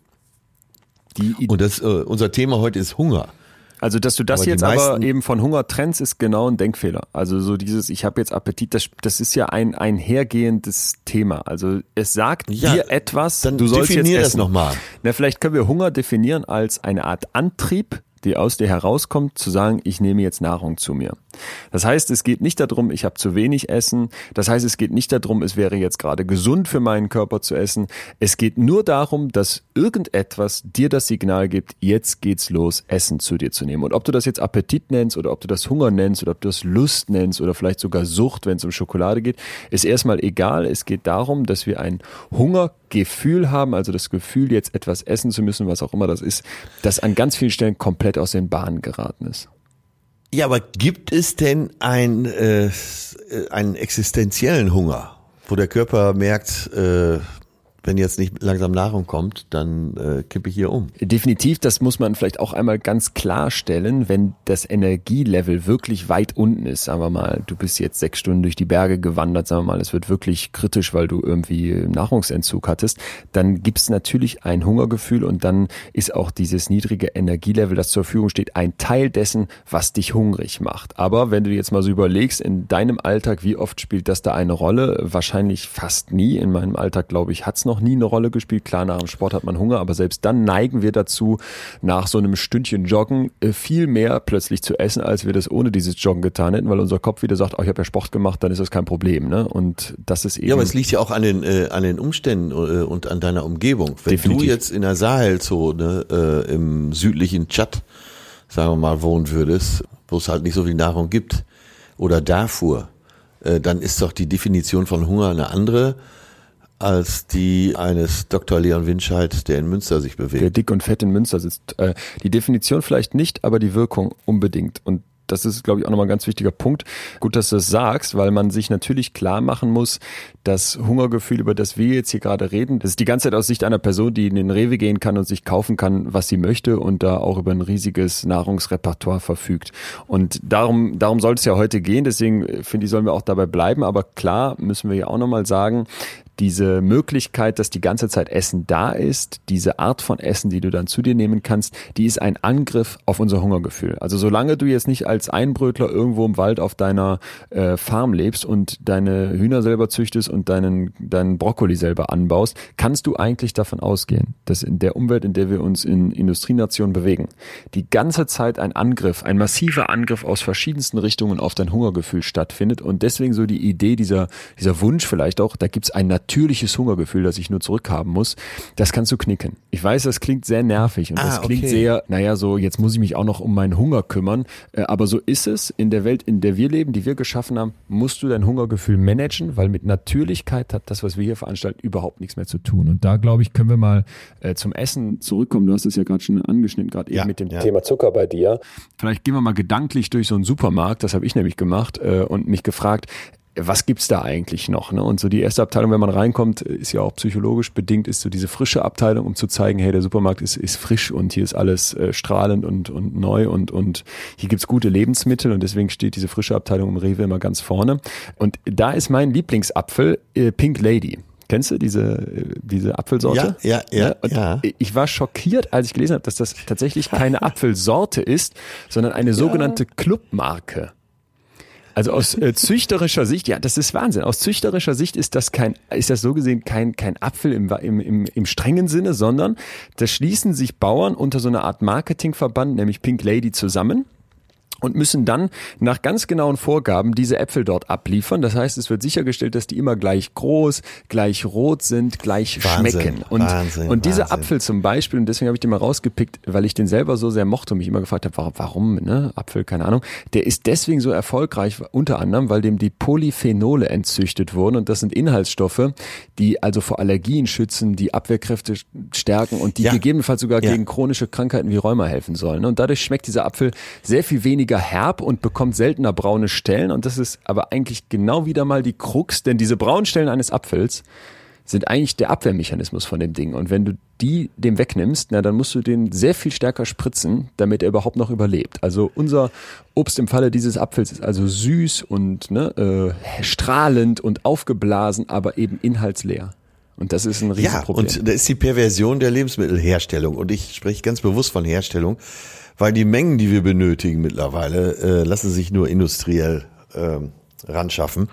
Die, Und das, äh, unser Thema heute ist Hunger. Also, dass du das aber jetzt aber eben von Hunger trennst, ist genau ein Denkfehler. Also so dieses, ich habe jetzt Appetit, das, das ist ja ein einhergehendes Thema. Also es sagt ja, dir etwas, dann du sollst jetzt essen. Das nochmal. Na, vielleicht können wir Hunger definieren als eine Art Antrieb, die aus dir herauskommt, zu sagen, ich nehme jetzt Nahrung zu mir. Das heißt, es geht nicht darum, ich habe zu wenig Essen. Das heißt, es geht nicht darum, es wäre jetzt gerade gesund für meinen Körper zu essen. Es geht nur darum, dass irgendetwas dir das Signal gibt, jetzt geht's los, Essen zu dir zu nehmen. Und ob du das jetzt Appetit nennst oder ob du das Hunger nennst oder ob du das Lust nennst oder vielleicht sogar Sucht, wenn es um Schokolade geht, ist erstmal egal. Es geht darum, dass wir ein Hungergefühl haben, also das Gefühl, jetzt etwas essen zu müssen, was auch immer das ist, das an ganz vielen Stellen komplett aus den Bahnen geraten ist. Ja, aber gibt es denn ein, äh, einen existenziellen Hunger, wo der Körper merkt, äh, wenn jetzt nicht langsam Nahrung kommt, dann äh, kippe ich hier um? Definitiv, das muss man vielleicht auch einmal ganz klarstellen, wenn das Energielevel wirklich weit unten ist, sagen wir mal, du bist jetzt sechs Stunden durch die Berge gewandert, sagen wir mal, es wird wirklich kritisch, weil du irgendwie Nahrungsentzug hattest, dann gibt es natürlich ein Hungergefühl und dann ist auch dieses niedrige Energielevel, das zur Verfügung steht, ein Teil dessen, was dich hungrig macht. Aber wenn du jetzt mal so überlegst, in deinem Alltag, wie oft spielt das da eine Rolle? Wahrscheinlich fast nie. In meinem Alltag, glaube ich, hat es noch nie eine Rolle gespielt. Klar, nach dem Sport hat man Hunger, aber selbst dann neigen wir dazu, nach so einem Stündchen Joggen viel mehr plötzlich zu essen, als wir das ohne dieses Joggen getan hätten, weil unser Kopf wieder sagt, oh, ich habe ja Sport gemacht, dann ist das kein Problem. Ne? Und das ist eben... Ja, aber es liegt ja auch an den, äh, an den Umständen äh, und an deiner Umgebung. Wenn Definitiv. du jetzt in der Sahelzone äh, im südlichen Tschad, sagen wir mal, wohnen würdest, wo es halt nicht so viel Nahrung gibt, oder Darfur, äh, dann ist doch die Definition von Hunger eine andere als die eines Doktor Leon Winscheid, der in Münster sich bewegt. Der dick und fett in Münster sitzt. Äh, die Definition vielleicht nicht, aber die Wirkung unbedingt. Und das ist, glaube ich, auch nochmal ein ganz wichtiger Punkt. Gut, dass du das sagst, weil man sich natürlich klar machen muss, das Hungergefühl, über das wir jetzt hier gerade reden, das ist die ganze Zeit aus Sicht einer Person, die in den Rewe gehen kann und sich kaufen kann, was sie möchte und da auch über ein riesiges Nahrungsrepertoire verfügt. Und darum, darum soll es ja heute gehen. Deswegen finde ich, sollen wir auch dabei bleiben. Aber klar müssen wir ja auch nochmal sagen, diese Möglichkeit, dass die ganze Zeit Essen da ist, diese Art von Essen, die du dann zu dir nehmen kannst, die ist ein Angriff auf unser Hungergefühl. Also solange du jetzt nicht als Einbrötler irgendwo im Wald auf deiner äh, Farm lebst und deine Hühner selber züchtest und deinen, deinen Brokkoli selber anbaust, kannst du eigentlich davon ausgehen, dass in der Umwelt, in der wir uns in Industrienationen bewegen, die ganze Zeit ein Angriff, ein massiver Angriff aus verschiedensten Richtungen auf dein Hungergefühl stattfindet und deswegen so die Idee, dieser, dieser Wunsch vielleicht auch, da gibt's ein natürliches Hungergefühl, das ich nur zurückhaben muss, das kannst du knicken. Ich weiß, das klingt sehr nervig und das ah, klingt okay. sehr, naja, so jetzt muss ich mich auch noch um meinen Hunger kümmern, aber so ist es. In der Welt, in der wir leben, die wir geschaffen haben, musst du dein Hungergefühl managen, weil mit Natürlichkeit hat das, was wir hier veranstalten, überhaupt nichts mehr zu tun. Und da, glaube ich, können wir mal äh, zum Essen zurückkommen. Du hast es ja gerade schon angeschnitten, gerade ja, eben mit dem ja. Thema Zucker bei dir. Vielleicht gehen wir mal gedanklich durch so einen Supermarkt, das habe ich nämlich gemacht äh, und mich gefragt, was gibt's da eigentlich noch? Ne? Und so die erste Abteilung, wenn man reinkommt, ist ja auch psychologisch bedingt, ist so diese frische Abteilung, um zu zeigen, hey, der Supermarkt ist, ist frisch und hier ist alles äh, strahlend und, und neu und, und hier gibt's gute Lebensmittel und deswegen steht diese frische Abteilung im Rewe immer ganz vorne. Und da ist mein Lieblingsapfel äh, Pink Lady. Kennst du diese, diese Apfelsorte? Ja, ja, ja, und ja. Ich war schockiert, als ich gelesen habe, dass das tatsächlich keine Apfelsorte ist, sondern eine sogenannte Clubmarke. Also aus äh, züchterischer Sicht, ja, das ist Wahnsinn. Aus züchterischer Sicht ist das kein, ist das so gesehen kein kein Apfel im im im, im strengen Sinne, sondern da schließen sich Bauern unter so einer Art Marketingverband, nämlich Pink Lady, zusammen und müssen dann nach ganz genauen Vorgaben diese Äpfel dort abliefern. Das heißt, es wird sichergestellt, dass die immer gleich groß, gleich rot sind, gleich Wahnsinn, schmecken. Und, Wahnsinn, und dieser Wahnsinn. Apfel zum Beispiel, und deswegen habe ich den mal rausgepickt, weil ich den selber so sehr mochte und mich immer gefragt habe, warum, warum ne? Apfel, keine Ahnung. Der ist deswegen so erfolgreich, unter anderem, weil dem die Polyphenole entzüchtet wurden. Und das sind Inhaltsstoffe, die also vor Allergien schützen, die Abwehrkräfte stärken und die ja. gegebenenfalls sogar ja. gegen chronische Krankheiten wie Rheuma helfen sollen. Und dadurch schmeckt dieser Apfel sehr viel weniger herb und bekommt seltener braune Stellen und das ist aber eigentlich genau wieder mal die Krux, denn diese braunen Stellen eines Apfels sind eigentlich der Abwehrmechanismus von dem Ding und wenn du die dem wegnimmst, na dann musst du den sehr viel stärker spritzen, damit er überhaupt noch überlebt. Also unser Obst im Falle dieses Apfels ist also süß und ne, äh, strahlend und aufgeblasen, aber eben inhaltsleer. Und das ist ein Riesenproblem. Ja, und da ist die Perversion der Lebensmittelherstellung und ich spreche ganz bewusst von Herstellung, weil die Mengen, die wir benötigen mittlerweile, äh, lassen sich nur industriell äh, ran schaffen.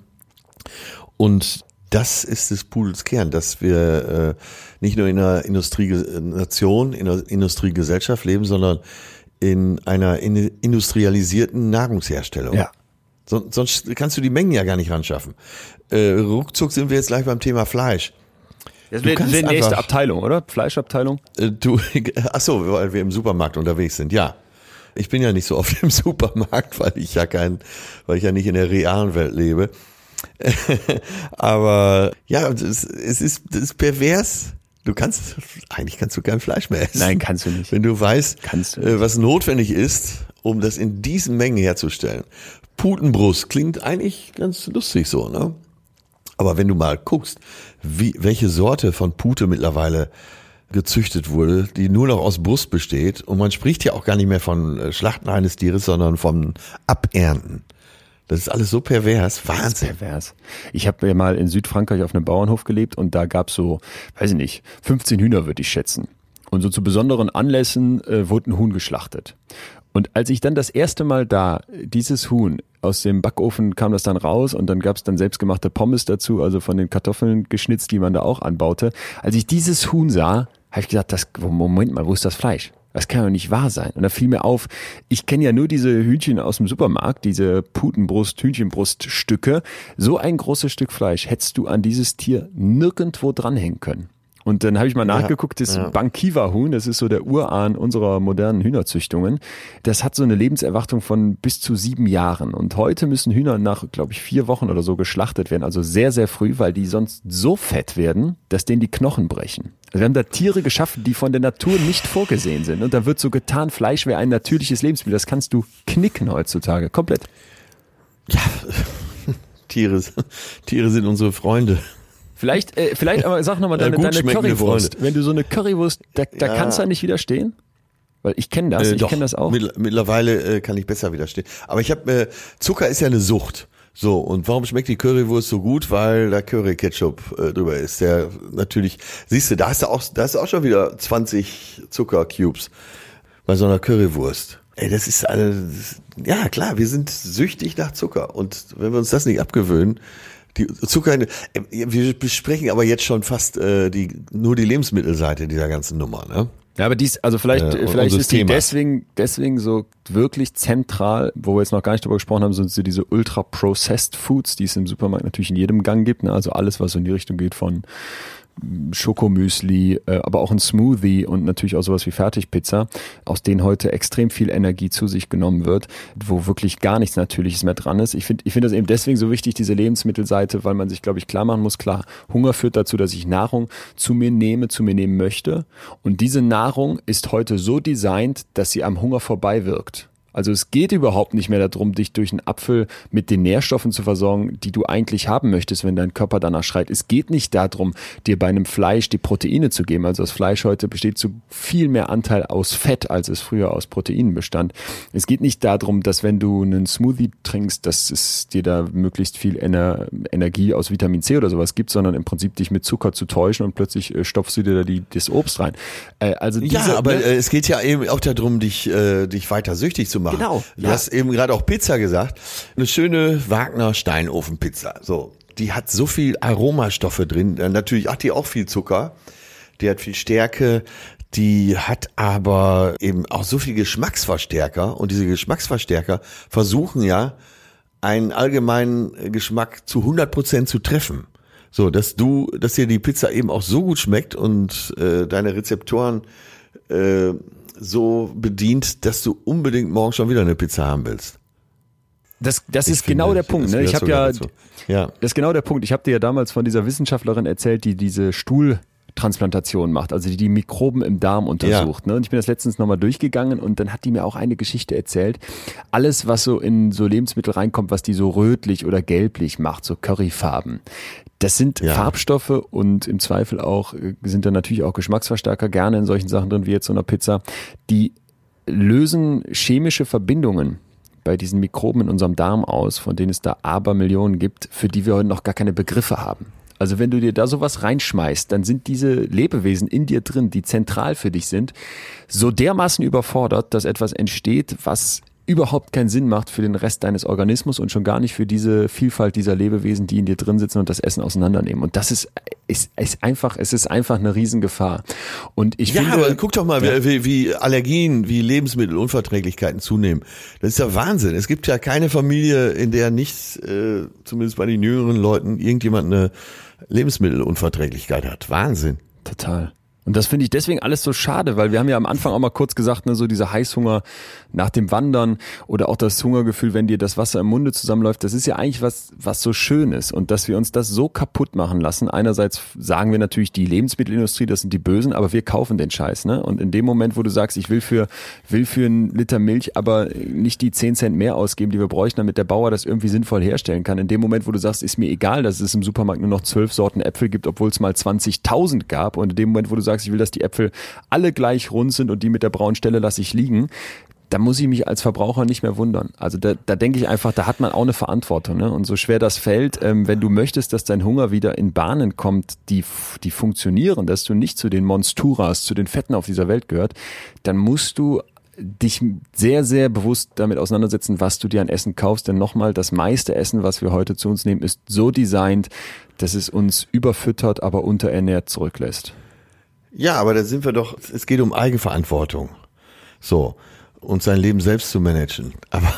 Und das ist des Pudels Kern, dass wir äh, nicht nur in einer Industrienation, in einer Industriegesellschaft leben, sondern in einer in, industrialisierten Nahrungsherstellung. Ja. So, sonst kannst du die Mengen ja gar nicht ran schaffen. Äh, ruckzuck sind wir jetzt gleich beim Thema Fleisch. Das wäre die nächste Abteilung, oder? Fleischabteilung? Äh, du, ach so, weil wir im Supermarkt unterwegs sind, ja. Ich bin ja nicht so oft im Supermarkt, weil ich ja kein, weil ich ja nicht in der realen Welt lebe. Aber ja, es, es ist, es ist pervers. Du kannst, eigentlich kannst du kein Fleisch mehr essen. Nein, kannst du nicht. Wenn du weißt, kannst du äh, was notwendig ist, um das in diesen Mengen herzustellen. Putenbrust klingt eigentlich ganz lustig so, ne? Aber wenn du mal guckst, wie, welche Sorte von Pute mittlerweile gezüchtet wurde, die nur noch aus Brust besteht, und man spricht ja auch gar nicht mehr von Schlachten eines Tieres, sondern vom Abernten. Das ist alles so pervers, Wahnsinn. Das ist pervers. Ich habe ja mal in Südfrankreich auf einem Bauernhof gelebt und da gab's so, weiß ich nicht, fünfzehn Hühner würde ich schätzen. Und so zu besonderen Anlässen äh, wurde ein Huhn geschlachtet. Und als ich dann das erste Mal da dieses Huhn aus dem Backofen kam das dann raus und dann gab's dann selbstgemachte Pommes dazu, also von den Kartoffeln geschnitzt, die man da auch anbaute. Als ich dieses Huhn sah, habe ich gesagt, das, Moment mal, wo ist das Fleisch? Das kann doch nicht wahr sein. Und da fiel mir auf, ich kenne ja nur diese Hühnchen aus dem Supermarkt, diese Putenbrust, Hühnchenbruststücke. So ein großes Stück Fleisch hättest du an dieses Tier nirgendwo dranhängen können. Und dann habe ich mal nachgeguckt, das ja. Bankiwa-Huhn, das ist so der Urahn unserer modernen Hühnerzüchtungen, das hat so eine Lebenserwartung von bis zu sieben Jahren. Und heute müssen Hühner nach, glaube ich, vier Wochen oder so geschlachtet werden, also sehr, sehr früh, weil die sonst so fett werden, dass denen die Knochen brechen. Also wir haben da Tiere geschaffen, die von der Natur nicht vorgesehen sind. Und da wird so getan, Fleisch wäre ein natürliches Lebensmittel. Das kannst du knicken heutzutage, komplett. Ja, Tiere, Tiere sind unsere Freunde. Vielleicht, äh, vielleicht aber sag nochmal deine, ja, deine Currywurst. Freunde. Wenn du so eine Currywurst, da, da ja. kannst du ja nicht widerstehen? Weil ich kenne das, äh, ich kenne das auch. Mittlerweile äh, kann ich besser widerstehen. Aber ich habe, äh, Zucker ist ja eine Sucht. So, und warum schmeckt die Currywurst so gut? Weil da Curry-Ketchup äh, drüber ist. Der natürlich, siehst du, da hast du auch, da hast du auch schon wieder zwanzig Zuckercubes bei so einer Currywurst. Ey, das ist alles, ja klar, wir sind süchtig nach Zucker. Und wenn wir uns das nicht abgewöhnen, die Zucker, wir besprechen aber jetzt schon fast äh, die nur die Lebensmittelseite dieser ganzen Nummer, ne? Ja, aber dies, also vielleicht, äh, vielleicht ist die Thema. deswegen, deswegen so wirklich zentral, wo wir jetzt noch gar nicht drüber gesprochen haben, sind so diese ultra-processed Foods, die es im Supermarkt natürlich in jedem Gang gibt, ne? Also alles, was so in die Richtung geht von Schokomüsli, äh, aber auch ein Smoothie und natürlich auch sowas wie Fertigpizza, aus denen heute extrem viel Energie zu sich genommen wird, wo wirklich gar nichts Natürliches mehr dran ist. Ich finde ich finde das eben deswegen so wichtig, diese Lebensmittelseite, weil man sich, glaube ich, klar machen muss, klar, Hunger führt dazu, dass ich Nahrung zu mir nehme, zu mir nehmen möchte. Und diese Nahrung ist heute so designt, dass sie am Hunger vorbei wirkt. Also es geht überhaupt nicht mehr darum, dich durch einen Apfel mit den Nährstoffen zu versorgen, die du eigentlich haben möchtest, wenn dein Körper danach schreit. Es geht nicht darum, dir bei einem Fleisch die Proteine zu geben. Also das Fleisch heute besteht zu viel mehr Anteil aus Fett, als es früher aus Proteinen bestand. Es geht nicht darum, dass wenn du einen Smoothie trinkst, dass es dir da möglichst viel Ener- Energie aus Vitamin C oder sowas gibt, sondern im Prinzip dich mit Zucker zu täuschen und plötzlich äh, stopfst du dir da die, das Obst rein. Äh, also diese, Ja, aber ne? äh, es geht ja eben auch darum, dich, äh, dich weiter süchtig zu machen. Genau, Du ja. hast eben gerade auch Pizza gesagt. Eine schöne Wagner Steinofenpizza. So, die hat so viel Aromastoffe drin. Äh, Natürlich hat die auch viel Zucker. Die hat viel Stärke. Die hat aber eben auch so viel Geschmacksverstärker. Und diese Geschmacksverstärker versuchen ja, einen allgemeinen Geschmack zu hundert Prozent zu treffen. So, dass du, dass dir die Pizza eben auch so gut schmeckt und äh, deine Rezeptoren äh, so bedient, dass du unbedingt morgen schon wieder eine Pizza haben willst. Das, das Ich ist genau finde, der Punkt. das Ne? Ich gehört habe ja, sogar dazu. Ja. das ist genau der Punkt. Ich habe dir ja damals von dieser Wissenschaftlerin erzählt, die diese Stuhltransplantation macht, also die die Mikroben im Darm untersucht. Ja. Ne? Und ich bin das letztens nochmal durchgegangen und dann hat die mir auch eine Geschichte erzählt. Alles, was so in so Lebensmittel reinkommt, was die so rötlich oder gelblich macht, so Curryfarben. Das sind Ja. Farbstoffe und im Zweifel auch, sind da natürlich auch Geschmacksverstärker gerne in solchen Sachen drin, wie jetzt so einer Pizza. Die lösen chemische Verbindungen bei diesen Mikroben in unserem Darm aus, von denen es da Abermillionen gibt, für die wir heute noch gar keine Begriffe haben. Also wenn du dir da sowas reinschmeißt, dann sind diese Lebewesen in dir drin, die zentral für dich sind, so dermaßen überfordert, dass etwas entsteht, was überhaupt keinen Sinn macht für den Rest deines Organismus und schon gar nicht für diese Vielfalt dieser Lebewesen, die in dir drin sitzen und das Essen auseinandernehmen. Und das ist, ist, ist einfach, es ist einfach eine Riesengefahr. Und ich Ja, finde, aber guck doch mal, Ja. wie, wie Allergien, wie Lebensmittelunverträglichkeiten zunehmen. Das ist ja Wahnsinn. Es gibt ja keine Familie, in der nicht, äh, zumindest bei den jüngeren Leuten, irgendjemand eine Lebensmittelunverträglichkeit hat. Wahnsinn. total. Und das finde ich deswegen alles so schade, weil wir haben ja am Anfang auch mal kurz gesagt, ne, so dieser Heißhunger nach dem Wandern oder auch das Hungergefühl, wenn dir das Wasser im Munde zusammenläuft, das ist ja eigentlich was, was so schön ist. Und dass wir uns das so kaputt machen lassen, einerseits sagen wir natürlich, die Lebensmittelindustrie, das sind die Bösen, aber wir kaufen den Scheiß, ne? Und in dem Moment, wo du sagst, ich will für, will für einen Liter Milch aber nicht die zehn Cent mehr ausgeben, die wir bräuchten, damit der Bauer das irgendwie sinnvoll herstellen kann. In dem Moment, wo du sagst, ist mir egal, dass es im Supermarkt nur noch zwölf Sorten Äpfel gibt, obwohl es mal zwanzigtausend gab. Und in dem Moment, wo du sagst, ich will, dass die Äpfel alle gleich rund sind und die mit der braunen Stelle lasse ich liegen, da muss ich mich als Verbraucher nicht mehr wundern. Also da, da denke ich einfach, da hat man auch eine Verantwortung. Ne? Und so schwer das fällt, ähm, wenn du möchtest, dass dein Hunger wieder in Bahnen kommt, die, die funktionieren, dass du nicht zu den Monsturas, zu den Fetten auf dieser Welt gehört, dann musst du dich sehr, sehr bewusst damit auseinandersetzen, was du dir an Essen kaufst. Denn nochmal, das meiste Essen, was wir heute zu uns nehmen, ist so designt, dass es uns überfüttert, aber unterernährt zurücklässt. Ja, aber da sind wir doch, es geht um Eigenverantwortung. So. Und sein Leben selbst zu managen. Aber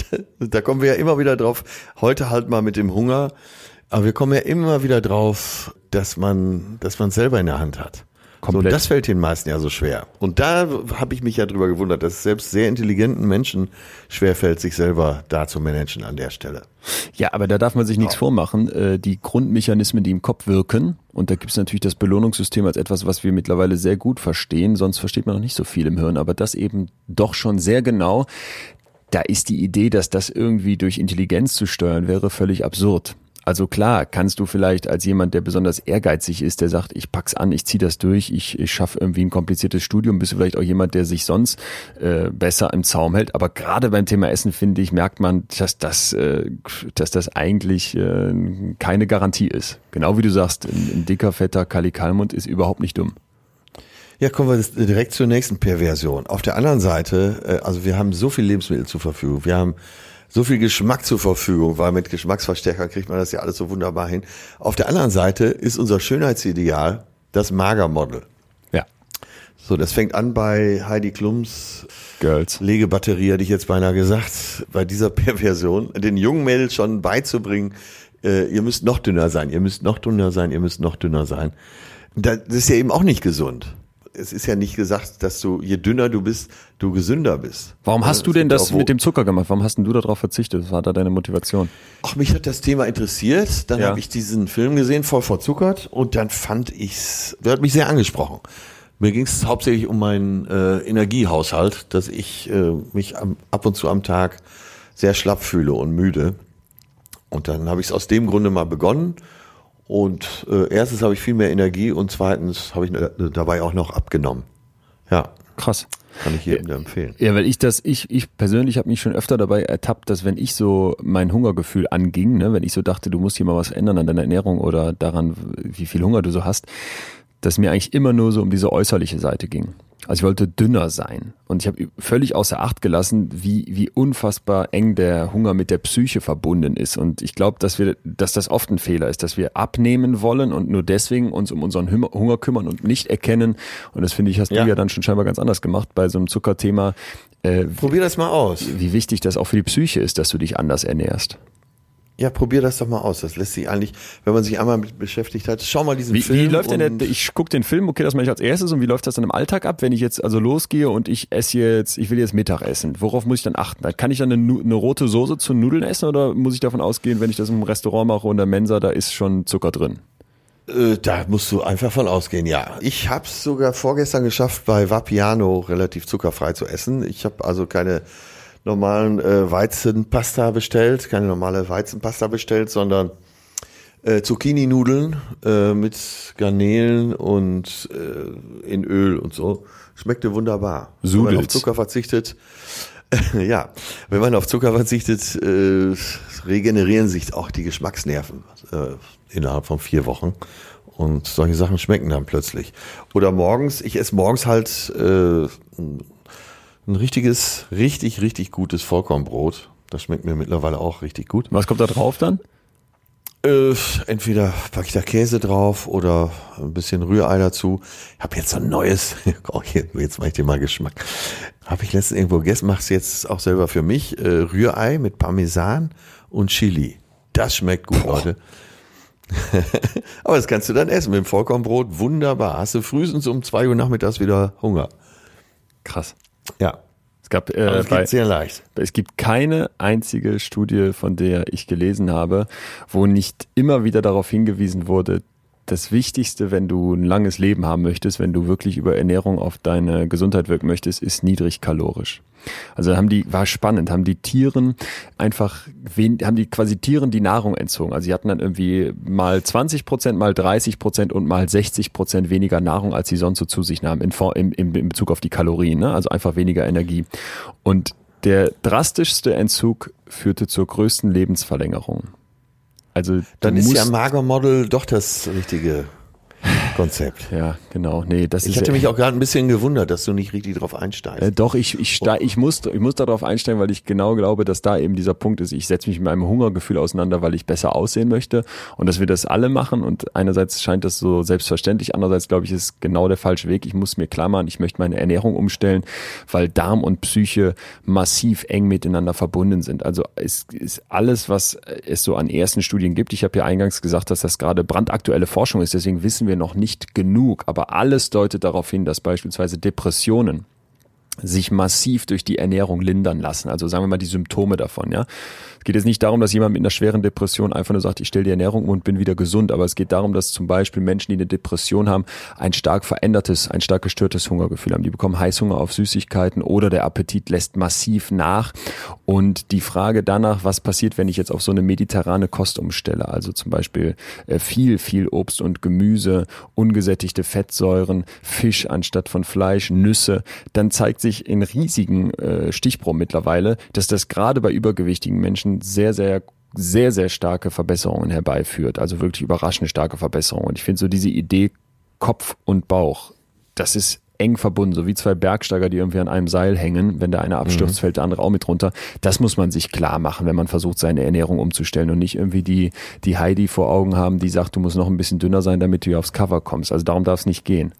da kommen wir ja immer wieder drauf, heute halt mal mit dem Hunger, aber wir kommen ja immer wieder drauf, dass man, dass man selber in der Hand hat. Komplett. So, das fällt den meisten ja so schwer. Und da habe ich mich ja drüber gewundert, dass es selbst sehr intelligenten Menschen schwerfällt, sich selber da zu managen an der Stelle. Ja, aber da darf man sich nichts vormachen. Die Grundmechanismen, die im Kopf wirken, und da gibt es natürlich das Belohnungssystem als etwas, was wir mittlerweile sehr gut verstehen, sonst versteht man noch nicht so viel im Hirn, aber das eben doch schon sehr genau. Da ist die Idee, dass das irgendwie durch Intelligenz zu steuern wäre, völlig absurd. Also klar, kannst du vielleicht als jemand, der besonders ehrgeizig ist, der sagt, ich pack's an, ich ziehe das durch, ich, ich schaffe irgendwie ein kompliziertes Studium, bist du vielleicht auch jemand, der sich sonst äh, besser im Zaum hält. Aber gerade beim Thema Essen, finde ich, merkt man, dass das, äh, dass das eigentlich äh, keine Garantie ist. Genau wie du sagst, ein, ein dicker, fetter Kali Kalmund ist überhaupt nicht dumm. Ja, kommen wir direkt zur nächsten Perversion. Auf der anderen Seite, also wir haben so viel Lebensmittel zur Verfügung, wir haben so viel Geschmack zur Verfügung, weil mit Geschmacksverstärkern kriegt man das ja alles so wunderbar hin. Auf der anderen Seite ist unser Schönheitsideal das Magermodel. Ja. So, das fängt an bei Heidi Klums Girls. Legebatterie, hätte ich jetzt beinahe gesagt, bei dieser Perversion, den jungen Mädels schon beizubringen, äh, ihr müsst noch dünner sein, ihr müsst noch dünner sein, ihr müsst noch dünner sein. Das ist ja eben auch nicht gesund. Es ist ja nicht gesagt, dass du, je dünner du bist, du gesünder bist. Warum hast ja, du denn das auch, mit dem Zucker gemacht? Warum hast denn du darauf verzichtet? Was war da deine Motivation? Ach, mich hat das Thema interessiert. Dann ja. habe ich diesen Film gesehen, voll verzuckert. Und dann fand ich's, der hat mich sehr angesprochen. Mir ging es hauptsächlich um meinen äh, Energiehaushalt, dass ich äh, mich am, ab und zu am Tag sehr schlapp fühle und müde. Und dann habe ich es aus dem Grunde mal begonnen. Und äh, erstens habe ich viel mehr Energie und zweitens habe ich äh, dabei auch noch abgenommen. Ja. Krass. Kann ich jedem empfehlen. Ja, weil ich das, ich, ich persönlich habe mich schon öfter dabei ertappt, dass wenn ich so mein Hungergefühl anging, ne, wenn ich so dachte, du musst hier mal was ändern an deiner Ernährung oder daran, wie viel Hunger du so hast, dass mir eigentlich immer nur so um diese äußerliche Seite ging. Also ich wollte dünner sein. Und ich habe völlig außer Acht gelassen, wie, wie unfassbar eng der Hunger mit der Psyche verbunden ist. Und ich glaube, dass wir, dass das oft ein Fehler ist, dass wir abnehmen wollen und nur deswegen uns um unseren Hunger kümmern und nicht erkennen. Und das finde ich, hast ja. du ja dann schon scheinbar ganz anders gemacht bei so einem Zuckerthema. Äh, Probier das mal aus. Wie wichtig das auch für die Psyche ist, dass du dich anders ernährst. Ja, probier das doch mal aus. Das lässt sich eigentlich, wenn man sich einmal mit beschäftigt hat, schau mal diesen wie, Film. Wie läuft denn der, ich gucke den Film, okay, das mache ich als erstes, und wie läuft das dann im Alltag ab, wenn ich jetzt also losgehe und ich esse jetzt, ich will jetzt Mittag essen, worauf muss ich dann achten? Kann ich dann eine, eine rote Soße zu Nudeln essen oder muss ich davon ausgehen, wenn ich das im Restaurant mache und in der Mensa, da ist schon Zucker drin? Äh, da musst du einfach von ausgehen, ja. Ich habe es sogar vorgestern geschafft, bei Vapiano relativ zuckerfrei zu essen. Ich habe also keine normalen äh, Weizenpasta bestellt, keine normale Weizenpasta bestellt, sondern äh, Zucchini-Nudeln äh, mit Garnelen und äh, in Öl und so. Schmeckte wunderbar. Sudelt. Wenn man auf Zucker verzichtet, äh, ja, wenn man auf Zucker verzichtet, äh, regenerieren sich auch die Geschmacksnerven äh, innerhalb von vier Wochen. Und solche Sachen schmecken dann plötzlich. Oder morgens, ich esse morgens halt äh, ein richtiges, richtig, richtig gutes Vollkornbrot. Das schmeckt mir mittlerweile auch richtig gut. Was kommt da drauf dann? Äh, entweder packe ich da Käse drauf oder ein bisschen Rührei dazu. Ich habe jetzt so ein neues, oh, jetzt mache ich dir mal Geschmack. Habe ich letztens irgendwo gegessen, mache es jetzt auch selber für mich. Äh, Rührei mit Parmesan und Chili. Das schmeckt gut, Boah. Leute. Aber das kannst du dann essen mit dem Vollkornbrot. Wunderbar. Hast du frühestens um zwei Uhr nachmittags wieder Hunger. Krass. Ja. Es gab, äh, es bei, geht sehr leicht. Es gibt keine einzige Studie, von der ich gelesen habe, wo nicht immer wieder darauf hingewiesen wurde, das Wichtigste, wenn du ein langes Leben haben möchtest, wenn du wirklich über Ernährung auf deine Gesundheit wirken möchtest, ist niedrig kalorisch. Also haben die, war spannend, haben die Tieren einfach, haben die quasi Tieren die Nahrung entzogen. Also sie hatten dann irgendwie mal zwanzig Prozent, mal dreißig Prozent und mal sechzig Prozent weniger Nahrung, als sie sonst so zu sich nahmen, in, in, in, in Bezug auf die Kalorien, ne? Also einfach weniger Energie. Und der drastischste Entzug führte zur größten Lebensverlängerung. Also dann ist ja Magermodel doch das richtige Konzept. Ja, genau. Nee, das ich ist hatte ja, mich auch gerade ein bisschen gewundert, dass du nicht richtig drauf einsteigst. Äh, doch, ich ich, steig, ich muss ich muss darauf einsteigen, weil ich genau glaube, dass da eben dieser Punkt ist. Ich setze mich mit meinem Hungergefühl auseinander, weil ich besser aussehen möchte und dass wir das alle machen. Und einerseits scheint das so selbstverständlich, andererseits glaube ich, ist genau der falsche Weg. Ich muss mir klar machen, ich möchte meine Ernährung umstellen, weil Darm und Psyche massiv eng miteinander verbunden sind. Also es ist alles, was es so an ersten Studien gibt. Ich habe ja eingangs gesagt, dass das gerade brandaktuelle Forschung ist. Deswegen wissen wir noch nicht genug, aber alles deutet darauf hin, dass beispielsweise Depressionen sich massiv durch die Ernährung lindern lassen. Also sagen wir mal die Symptome davon, ja. Es geht jetzt nicht darum, dass jemand mit einer schweren Depression einfach nur sagt, ich stelle die Ernährung um und bin wieder gesund, aber es geht darum, dass zum Beispiel Menschen, die eine Depression haben, ein stark verändertes, ein stark gestörtes Hungergefühl haben. Die bekommen Heißhunger auf Süßigkeiten oder der Appetit lässt massiv nach. Und die Frage danach, was passiert, wenn ich jetzt auf so eine mediterrane Kost umstelle, also zum Beispiel viel, viel Obst und Gemüse, ungesättigte Fettsäuren, Fisch anstatt von Fleisch, Nüsse, dann zeigt sich in riesigen äh, Stichproben mittlerweile, dass das gerade bei übergewichtigen Menschen sehr, sehr, sehr, sehr starke Verbesserungen herbeiführt. Also wirklich überraschend starke Verbesserungen. Und ich finde so diese Idee Kopf und Bauch, das ist eng verbunden, so wie zwei Bergsteiger, die irgendwie an einem Seil hängen. Wenn der eine abstürzt, mhm. fällt der andere auch mit runter. Das muss man sich klar machen, wenn man versucht, seine Ernährung umzustellen und nicht irgendwie die, die Heidi vor Augen haben, die sagt, du musst noch ein bisschen dünner sein, damit du hier aufs Cover kommst. Also darum darf es nicht gehen.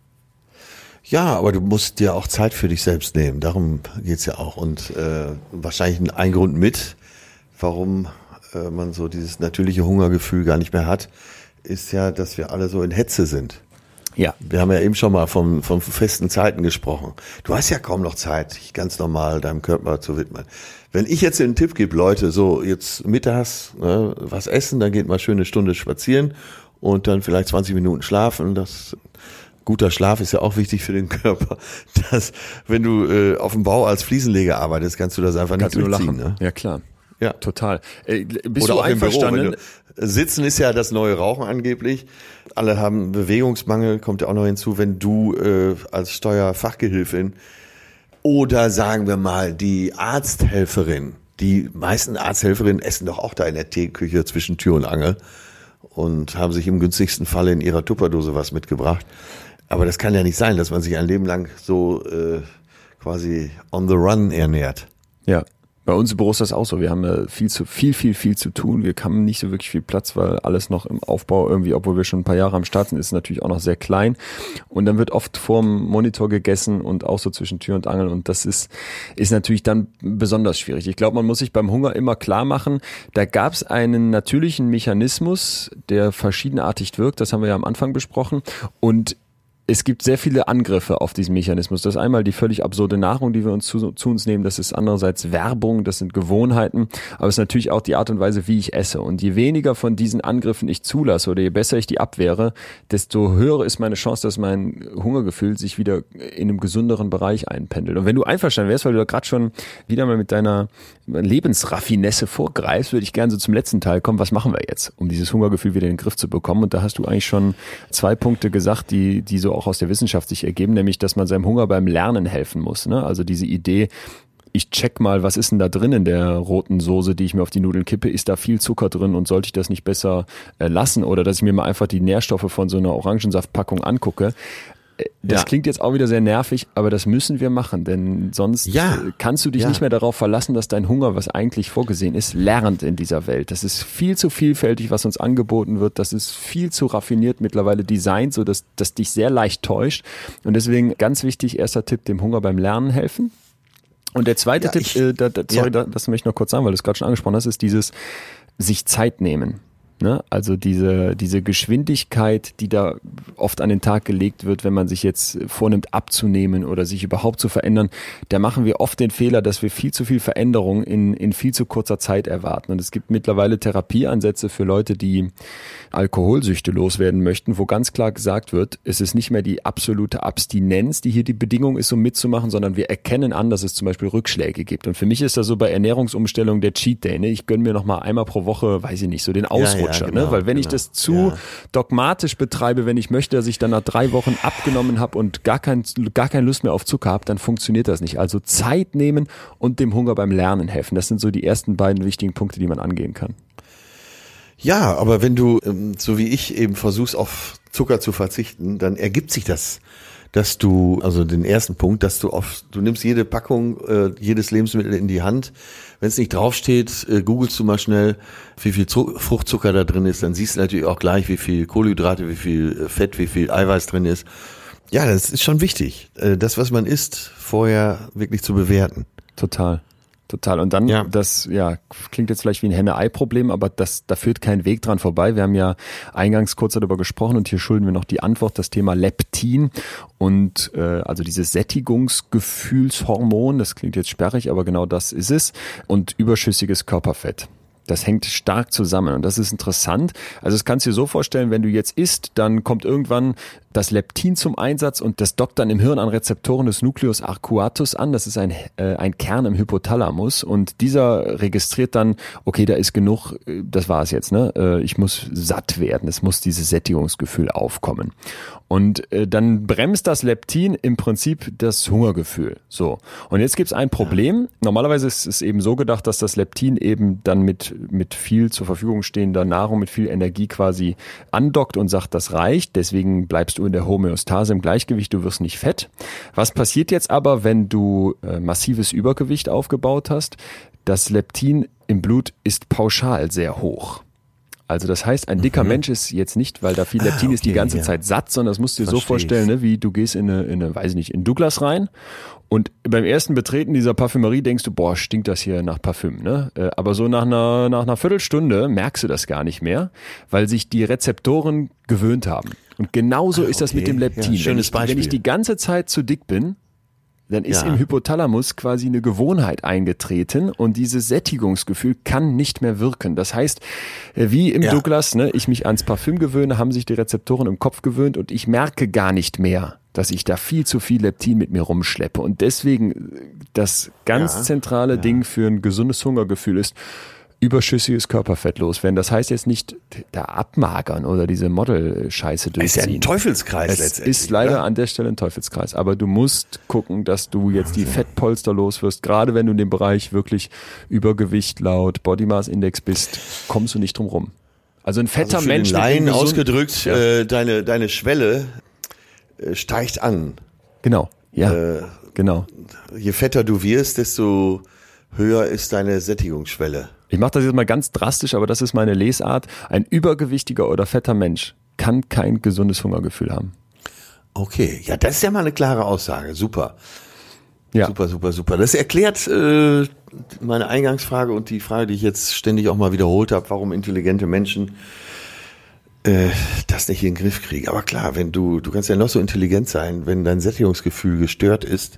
Ja, aber du musst dir auch Zeit für dich selbst nehmen. Darum geht's ja auch. Und äh, wahrscheinlich ein Grund mit, warum äh, man so dieses natürliche Hungergefühl gar nicht mehr hat, ist ja, dass wir alle so in Hetze sind. Ja. Wir haben ja eben schon mal von, von festen Zeiten gesprochen. Du hast ja kaum noch Zeit, dich ganz normal deinem Körper zu widmen. Wenn ich jetzt einen Tipp gebe, Leute, so jetzt mittags ne, was essen, dann geht mal schön eine Stunde spazieren und dann vielleicht zwanzig Minuten schlafen, das... Guter Schlaf ist ja auch wichtig für den Körper. Dass, wenn du äh, auf dem Bau als Fliesenleger arbeitest, kannst du das einfach kannst nicht du durchziehen. Lachen. Ne? Ja, klar. Ja. Total. Äh, bist Oder du auch einverstanden? im Büro. Wenn du, Sitzen ist ja das neue Rauchen angeblich. Alle haben Bewegungsmangel, kommt ja auch noch hinzu, wenn du äh, als Steuerfachgehilfin oder sagen wir mal die Arzthelferin, die meisten Arzthelferinnen essen doch auch da in der Teeküche zwischen Tür und Angel und haben sich im günstigsten Falle in ihrer Tupperdose was mitgebracht. Aber das kann ja nicht sein, dass man sich ein Leben lang so äh, quasi on the run ernährt. Ja, bei uns im Büro ist das auch so. Wir haben äh, viel zu viel, viel, viel zu tun. Wir haben nicht so wirklich viel Platz, weil alles noch im Aufbau irgendwie, obwohl wir schon ein paar Jahre am Start sind, ist natürlich auch noch sehr klein. Und dann wird oft vorm Monitor gegessen und auch so zwischen Tür und Angel. Und das ist ist natürlich dann besonders schwierig. Ich glaube, man muss sich beim Hunger immer klar machen, da gab es einen natürlichen Mechanismus, der verschiedenartig wirkt. Das haben wir ja am Anfang besprochen. Und es gibt sehr viele Angriffe auf diesen Mechanismus. Das ist einmal die völlig absurde Nahrung, die wir uns zu, zu uns nehmen. Das ist andererseits Werbung, das sind Gewohnheiten. Aber es ist natürlich auch die Art und Weise, wie ich esse. Und je weniger von diesen Angriffen ich zulasse oder je besser ich die abwehre, desto höher ist meine Chance, dass mein Hungergefühl sich wieder in einem gesünderen Bereich einpendelt. Und wenn du einverstanden wärst, weil du da gerade schon wieder mal mit deiner Lebensraffinesse vorgreifst, würde ich gerne so zum letzten Teil kommen. Was machen wir jetzt, um dieses Hungergefühl wieder in den Griff zu bekommen? Und da hast du eigentlich schon zwei Punkte gesagt, die, die so auch aus der Wissenschaft sich ergeben, nämlich, dass man seinem Hunger beim Lernen helfen muss. Ne? Also diese Idee, ich check mal, was ist denn da drin in der roten Soße, die ich mir auf die Nudeln kippe? Ist da viel Zucker drin und sollte ich das nicht besser äh, lassen? Oder dass ich mir mal einfach die Nährstoffe von so einer Orangensaftpackung angucke. Das ja. klingt jetzt auch wieder sehr nervig, aber das müssen wir machen, denn sonst ja. kannst du dich ja. nicht mehr darauf verlassen, dass dein Hunger, was eigentlich vorgesehen ist, lernt in dieser Welt. Das ist viel zu vielfältig, was uns angeboten wird. Das ist viel zu raffiniert mittlerweile designt, so dass das dich sehr leicht täuscht. Und deswegen ganz wichtig, erster Tipp, dem Hunger beim Lernen helfen. Und der zweite ja, Tipp, ich, äh, da, da, sorry, ja. das möchte ich noch kurz sagen, weil du es gerade schon angesprochen hast, ist dieses sich Zeit nehmen. Ne? Also diese, diese Geschwindigkeit, die da oft an den Tag gelegt wird, wenn man sich jetzt vornimmt abzunehmen oder sich überhaupt zu verändern, da machen wir oft den Fehler, dass wir viel zu viel Veränderung in, in viel zu kurzer Zeit erwarten. Und es gibt mittlerweile Therapieansätze für Leute, die Alkoholsüchte loswerden möchten, wo ganz klar gesagt wird, es ist nicht mehr die absolute Abstinenz, die hier die Bedingung ist, um mitzumachen, sondern wir erkennen an, dass es zum Beispiel Rückschläge gibt. Und für mich ist das so bei Ernährungsumstellung der Cheat Day. Ne? Ich gönne mir noch mal einmal pro Woche, weiß ich nicht, so den Ausrutscher. Ja, ja. Genau, ne? Weil wenn genau. ich das zu ja. dogmatisch betreibe, wenn ich möchte, dass ich dann nach drei Wochen abgenommen habe und gar, kein, gar keine Lust mehr auf Zucker habe, dann funktioniert das nicht. Also Zeit nehmen und dem Hunger beim Lernen helfen. Das sind so die ersten beiden wichtigen Punkte, die man angehen kann. Ja, aber wenn du, so wie ich, eben versuchst, auf Zucker zu verzichten, dann ergibt sich das, dass du, also den ersten Punkt, dass du auf, du nimmst jede Packung, äh, jedes Lebensmittel in die Hand. Wenn es nicht draufsteht, äh, googelst du mal schnell, wie viel Zu- Fruchtzucker da drin ist, dann siehst du natürlich auch gleich, wie viel Kohlenhydrate, wie viel Fett, wie viel Eiweiß drin ist. Ja, das ist schon wichtig, äh, das, was man isst, vorher wirklich zu bewerten. Total. Total. Und dann, ja. das ja klingt jetzt vielleicht wie ein Henne-Ei-Problem, aber das, da führt kein Weg dran vorbei. Wir haben ja eingangs kurz darüber gesprochen und hier schulden wir noch die Antwort, das Thema Leptin und äh, also dieses Sättigungsgefühlshormon, das klingt jetzt sperrig, aber genau das ist es, und überschüssiges Körperfett. Das hängt stark zusammen und das ist interessant. Also das kannst du dir so vorstellen, wenn du jetzt isst, dann kommt irgendwann das Leptin zum Einsatz und das dockt dann im Hirn an Rezeptoren des Nucleus arcuatus an. Das ist ein, äh, ein Kern im Hypothalamus und dieser registriert dann, okay, da ist genug, das war es jetzt, ne? Äh, ich muss satt werden, es muss dieses Sättigungsgefühl aufkommen. Und äh, dann bremst das Leptin im Prinzip das Hungergefühl. So. Und jetzt gibt's ein Problem. Normalerweise ist es eben so gedacht, dass das Leptin eben dann mit, mit viel zur Verfügung stehender Nahrung, mit viel Energie quasi andockt und sagt, das reicht. Deswegen bleibst du in der Homöostase, im Gleichgewicht, du wirst nicht fett. Was passiert jetzt aber, wenn du äh, massives Übergewicht aufgebaut hast? Das Leptin im Blut ist pauschal sehr hoch. Also das heißt, ein dicker mhm. Mensch ist jetzt nicht, weil da viel Leptin ah, okay, ist, die ganze ja. Zeit satt, sondern das musst du dir Versteh so vorstellen, ne, wie du gehst in eine, in eine, weiß ich nicht, in Douglas rein und beim ersten Betreten dieser Parfümerie denkst du, boah, stinkt das hier nach Parfüm, ne? Aber so nach einer, nach einer Viertelstunde merkst du das gar nicht mehr, weil sich die Rezeptoren gewöhnt haben. Und genauso ah, okay. ist das mit dem Leptin. Ja, schönes Beispiel. Wenn ich die ganze Zeit zu dick bin, dann ist ja. im Hypothalamus quasi eine Gewohnheit eingetreten und dieses Sättigungsgefühl kann nicht mehr wirken. Das heißt, wie im ja. Douglas, ne, ich mich ans Parfüm gewöhne, haben sich die Rezeptoren im Kopf gewöhnt und ich merke gar nicht mehr, dass ich da viel zu viel Leptin mit mir rumschleppe. Und deswegen das ganz ja. zentrale ja. Ding für ein gesundes Hungergefühl ist, überschüssiges Körperfett loswerden. Das heißt jetzt nicht da abmagern oder diese Model-Scheiße durchziehen. Es ist ja ein Teufelskreis es letztendlich. Es ist leider oder? An der Stelle ein Teufelskreis. Aber du musst gucken, dass du jetzt die Fettpolster los wirst. Gerade wenn du in dem Bereich wirklich Übergewicht laut Body Mass Index bist, kommst du nicht drum rum. Also ein fetter also für Mensch. Den Laien ausgedrückt, ja. äh, deine, deine Schwelle äh, steigt an. Genau, ja, äh, genau. Je fetter du wirst, desto höher ist deine Sättigungsschwelle. Ich mache das jetzt mal ganz drastisch, aber das ist meine Lesart. Ein übergewichtiger oder fetter Mensch kann kein gesundes Hungergefühl haben. Okay, ja, das ist ja mal eine klare Aussage. Super. Ja. Super, super, super. Das erklärt äh, meine Eingangsfrage und die Frage, die ich jetzt ständig auch mal wiederholt habe, warum intelligente Menschen äh, das nicht in den Griff kriegen. Aber klar, wenn du, du kannst ja noch so intelligent sein, wenn dein Sättigungsgefühl gestört ist,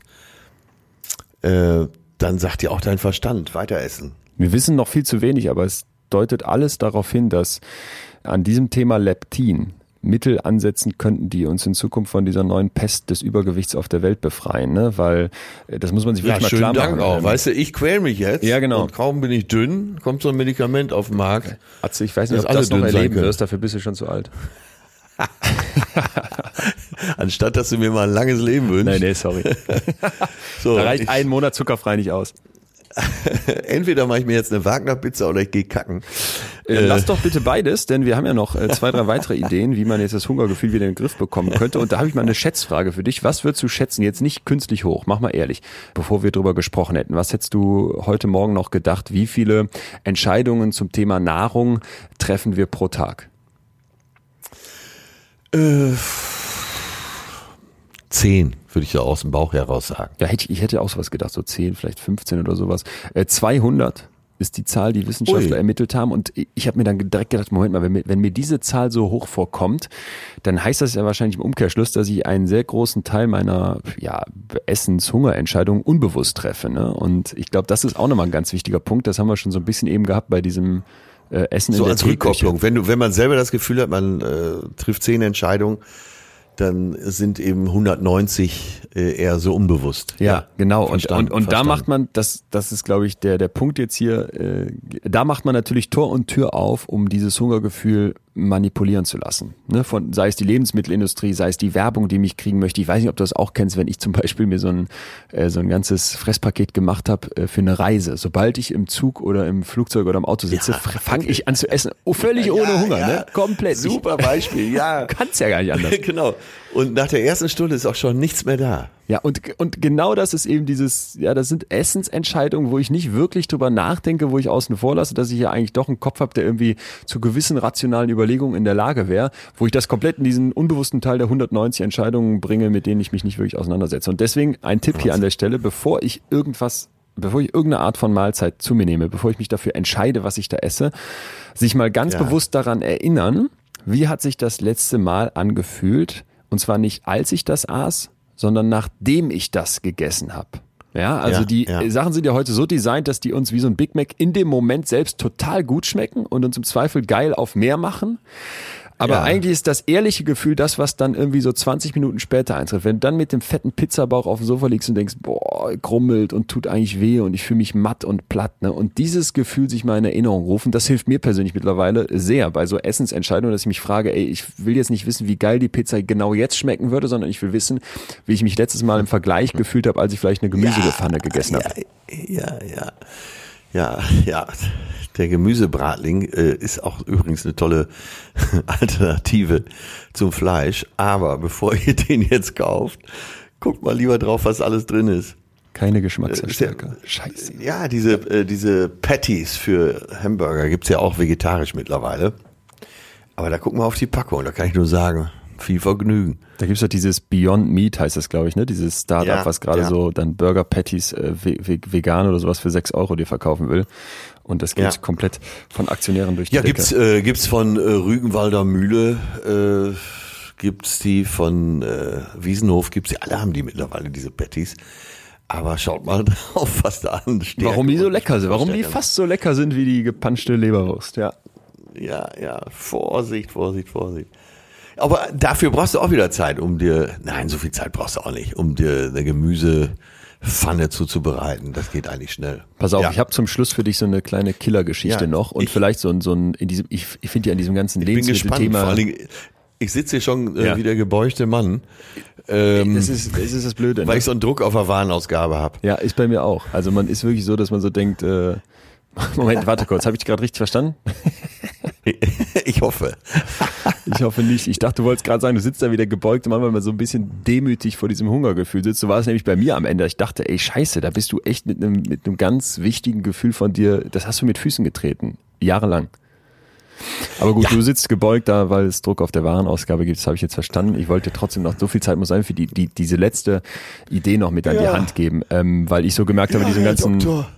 äh, dann sagt dir auch dein Verstand, weiter essen. Wir wissen noch viel zu wenig, aber es deutet alles darauf hin, dass an diesem Thema Leptin Mittel ansetzen könnten, die uns in Zukunft von dieser neuen Pest des Übergewichts auf der Welt befreien, ne? Weil das muss man sich wirklich ja, mal klar machen. Dank auch. Weißt du, ich quäl mich jetzt ja, genau. und kaum bin ich dünn, kommt so ein Medikament auf den Markt. Atze, ich weiß nicht, ob du das noch erleben wirst, dafür bist du schon zu alt. Anstatt, dass du mir mal ein langes Leben wünschst. Nein, nee, sorry. So, da reicht ein Monat zuckerfrei nicht aus. Entweder mache ich mir jetzt eine Wagner-Pizza oder ich gehe kacken. Äh, lass doch bitte beides, denn wir haben ja noch äh, zwei, drei weitere Ideen, wie man jetzt das Hungergefühl wieder in den Griff bekommen könnte. Und da habe ich mal eine Schätzfrage für dich. Was würdest du schätzen? Jetzt nicht künstlich hoch, mach mal ehrlich, bevor wir drüber gesprochen hätten. Was hättest du heute Morgen noch gedacht? Wie viele Entscheidungen zum Thema Nahrung treffen wir pro Tag? Äh, zehn, würde ich ja aus dem Bauch heraus sagen. Ja, hätte ich, ich hätte auch sowas gedacht, so zehn, vielleicht fünfzehn oder sowas. Äh, zweihundert ist die Zahl, die Wissenschaftler Ui. ermittelt haben. Und ich habe mir dann direkt gedacht, Moment mal, wenn mir, wenn mir diese Zahl so hoch vorkommt, dann heißt das ja wahrscheinlich im Umkehrschluss, dass ich einen sehr großen Teil meiner ja, Essens-Hungerentscheidungen unbewusst treffe. Ne? Und ich glaube, das ist auch nochmal ein ganz wichtiger Punkt. Das haben wir schon so ein bisschen eben gehabt bei diesem äh, Essen so in der als Rückkopplung. Wenn du, wenn man selber das Gefühl hat, man äh, trifft zehn Entscheidungen, dann sind eben hundertneunzig äh, eher so unbewusst. Ja, ja genau. Und, und, und da verstanden. macht man, das, das ist, glaube ich, der, der Punkt jetzt hier, äh, da macht man natürlich Tor und Tür auf, um dieses Hungergefühl manipulieren zu lassen. Ne? Von, sei es die Lebensmittelindustrie, sei es die Werbung, die mich kriegen möchte. Ich weiß nicht, ob du das auch kennst, wenn ich zum Beispiel mir so ein, äh, so ein ganzes Fresspaket gemacht habe äh, für eine Reise. Sobald ich im Zug oder im Flugzeug oder im Auto sitze, ja, fange ich an zu essen. Oh, völlig ja, ohne Hunger, ja. ne? Komplett. Super Beispiel, ja. Kannst ja gar nicht anders. Genau. Und nach der ersten Stunde ist auch schon nichts mehr da. Ja, und, und genau das ist eben dieses, ja, das sind Essensentscheidungen, wo ich nicht wirklich drüber nachdenke, wo ich außen vor lasse, dass ich ja eigentlich doch einen Kopf habe, der irgendwie zu gewissen rationalen Überlegungen in der Lage wäre, wo ich das komplett in diesen unbewussten Teil der hundertneunzig Entscheidungen bringe, mit denen ich mich nicht wirklich auseinandersetze. Und deswegen ein Tipp hier an der Stelle, bevor ich irgendwas bevor ich irgendeine Art von Mahlzeit zu mir nehme, bevor ich mich dafür entscheide, was ich da esse, sich mal ganz ja. bewusst daran erinnern, wie hat sich das letzte Mal angefühlt? Und zwar nicht, als ich das aß, sondern nachdem ich das gegessen habe. Ja, also ja, die ja. Sachen sind ja heute so designt, dass die uns wie so ein Big Mac in dem Moment selbst total gut schmecken und uns im Zweifel geil auf mehr machen. Aber ja. eigentlich ist das ehrliche Gefühl das, was dann irgendwie so zwanzig Minuten später eintritt. Wenn du dann mit dem fetten Pizzabauch auf dem Sofa liegst und denkst, boah, grummelt und tut eigentlich weh und ich fühle mich matt und platt. Ne? Und dieses Gefühl sich mal in Erinnerung rufen, das hilft mir persönlich mittlerweile sehr bei so Essensentscheidungen, dass ich mich frage, ey, ich will jetzt nicht wissen, wie geil die Pizza genau jetzt schmecken würde, sondern ich will wissen, wie ich mich letztes Mal im Vergleich gefühlt habe, als ich vielleicht eine Gemüsepfanne ja, gegessen ja, habe. Ja, ja, ja, ja. Der Gemüsebratling äh, ist auch übrigens eine tolle Alternative zum Fleisch. Aber bevor ihr den jetzt kauft, guckt mal lieber drauf, was alles drin ist. Keine Geschmacksverstärker. Äh, Scheiße. Ja, diese, äh, diese Patties für Hamburger gibt's ja auch vegetarisch mittlerweile. Aber da gucken wir auf die Packung, da kann ich nur sagen, viel Vergnügen. Da gibt's doch dieses Beyond Meat, heißt das, glaube ich, ne? Dieses Startup, ja, was gerade ja. so dann Burger Patties äh, vegan oder sowas für sechs Euro dir verkaufen will. Und das gibt's ja. komplett von Aktionären durch die Ja, Decke. gibt's äh, gibt's von äh, Rügenwalder Mühle, äh, gibt's die von äh, Wiesenhof, gibt's die, alle haben die mittlerweile, diese Patties. Aber schaut mal drauf, was da an steht. Warum die so lecker sind, warum die fast so lecker sind wie die gepanschte Leberwurst, ja. Ja, ja, Vorsicht, Vorsicht, Vorsicht. Aber dafür brauchst du auch wieder Zeit, um dir, nein, so viel Zeit brauchst du auch nicht, um dir eine Gemüsepfanne zuzubereiten. Das geht eigentlich schnell. Pass auf, ja. ich habe zum Schluss für dich so eine kleine Killergeschichte ja, noch und ich, vielleicht so ein, so ein, in diesem, ich, ich finde ja in diesem ganzen Lebensmittelthema. Ich sitze hier schon äh, ja. wie der gebeuchte Mann. Ähm, das, ist, das ist das Blöde. Weil ne? ich so einen Druck auf der Warenausgabe habe. Ja, ist bei mir auch. Also man ist wirklich so, dass man so denkt, äh, Moment, warte kurz, habe ich dich gerade richtig verstanden? Ich hoffe. Ich hoffe nicht. Ich dachte, du wolltest gerade sagen, du sitzt da wieder gebeugt und manchmal mal so ein bisschen demütig vor diesem Hungergefühl sitzt. So war es nämlich bei mir am Ende. Ich dachte, ey, scheiße, da bist du echt mit einem, mit einem ganz wichtigen Gefühl von dir, das hast du mit Füßen getreten. Jahrelang. Aber gut, ja. du sitzt gebeugt da, weil es Druck auf der Warenausgabe gibt, das habe ich jetzt verstanden. Ich wollte trotzdem noch, so viel Zeit muss sein, für die, die diese letzte Idee noch mit an ja. die Hand geben, ähm, weil ich so gemerkt habe, ja, diesen ganzen...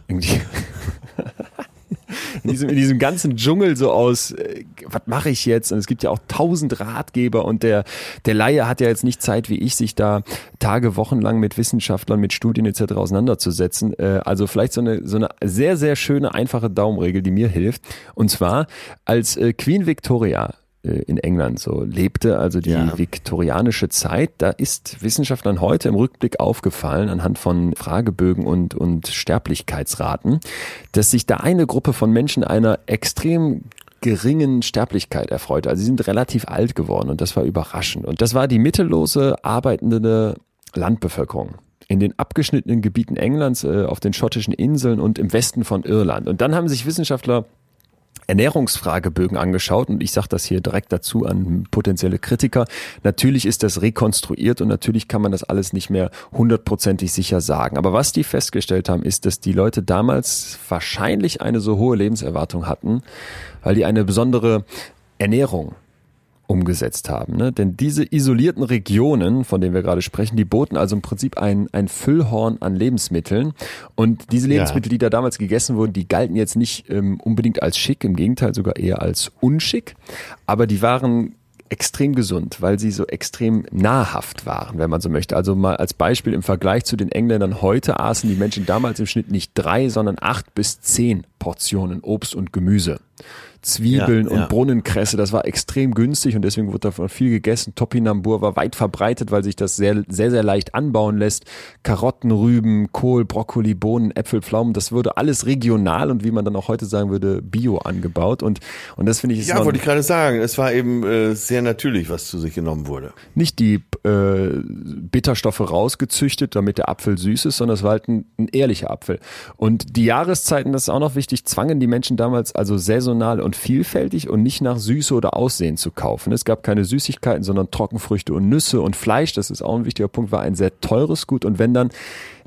In diesem, in diesem ganzen Dschungel so aus, äh, was mache ich jetzt? Und es gibt ja auch tausend Ratgeber und der, der Laie hat ja jetzt nicht Zeit wie ich, sich da Tage, Wochen lang mit Wissenschaftlern, mit Studien et cetera auseinanderzusetzen. Äh, also vielleicht so eine, so eine sehr, sehr schöne, einfache Daumenregel, die mir hilft. Und zwar, als äh, Queen Victoria in England so lebte, also die ja. viktorianische Zeit, da ist Wissenschaftlern heute im Rückblick aufgefallen, anhand von Fragebögen und, und Sterblichkeitsraten, dass sich da eine Gruppe von Menschen einer extrem geringen Sterblichkeit erfreute. Also sie sind relativ alt geworden und das war überraschend. Und das war die mittellose, arbeitende Landbevölkerung in den abgeschnittenen Gebieten Englands, äh, auf den schottischen Inseln und im Westen von Irland. Und dann haben sich Wissenschaftler Ernährungsfragebögen angeschaut und ich sage das hier direkt dazu an potenzielle Kritiker. Natürlich ist das rekonstruiert und natürlich kann man das alles nicht mehr hundertprozentig sicher sagen. Aber was die festgestellt haben, ist, dass die Leute damals wahrscheinlich eine so hohe Lebenserwartung hatten, weil die eine besondere Ernährung umgesetzt haben. Ne? Denn diese isolierten Regionen, von denen wir gerade sprechen, die boten also im Prinzip ein, ein Füllhorn an Lebensmitteln. Und diese Lebensmittel, ja. die da damals gegessen wurden, die galten jetzt nicht ähm, unbedingt als schick, im Gegenteil sogar eher als unschick. Aber die waren extrem gesund, weil sie so extrem nahrhaft waren, wenn man so möchte. Also mal als Beispiel im Vergleich zu den Engländern heute aßen die Menschen damals im Schnitt nicht drei, sondern acht bis zehn Portionen Obst und Gemüse. Zwiebeln ja, ja. und Brunnenkresse, das war extrem günstig und deswegen wurde davon viel gegessen. Topinambur war weit verbreitet, weil sich das sehr, sehr, sehr leicht anbauen lässt. Karotten, Rüben, Kohl, Brokkoli, Bohnen, Äpfel, Pflaumen, das wurde alles regional und wie man dann auch heute sagen würde, bio angebaut und, und das finde ich... Ist ja, wollte ich gerade sagen, es war eben äh, sehr natürlich, was zu sich genommen wurde. Nicht die äh, Bitterstoffe rausgezüchtet, damit der Apfel süß ist, sondern es war halt ein, ein ehrlicher Apfel. Und die Jahreszeiten, das ist auch noch wichtig, zwangen die Menschen damals also saisonal und vielfältig und nicht nach Süße oder Aussehen zu kaufen. Es gab keine Süßigkeiten, sondern Trockenfrüchte und Nüsse und Fleisch, das ist auch ein wichtiger Punkt, war ein sehr teures Gut und wenn dann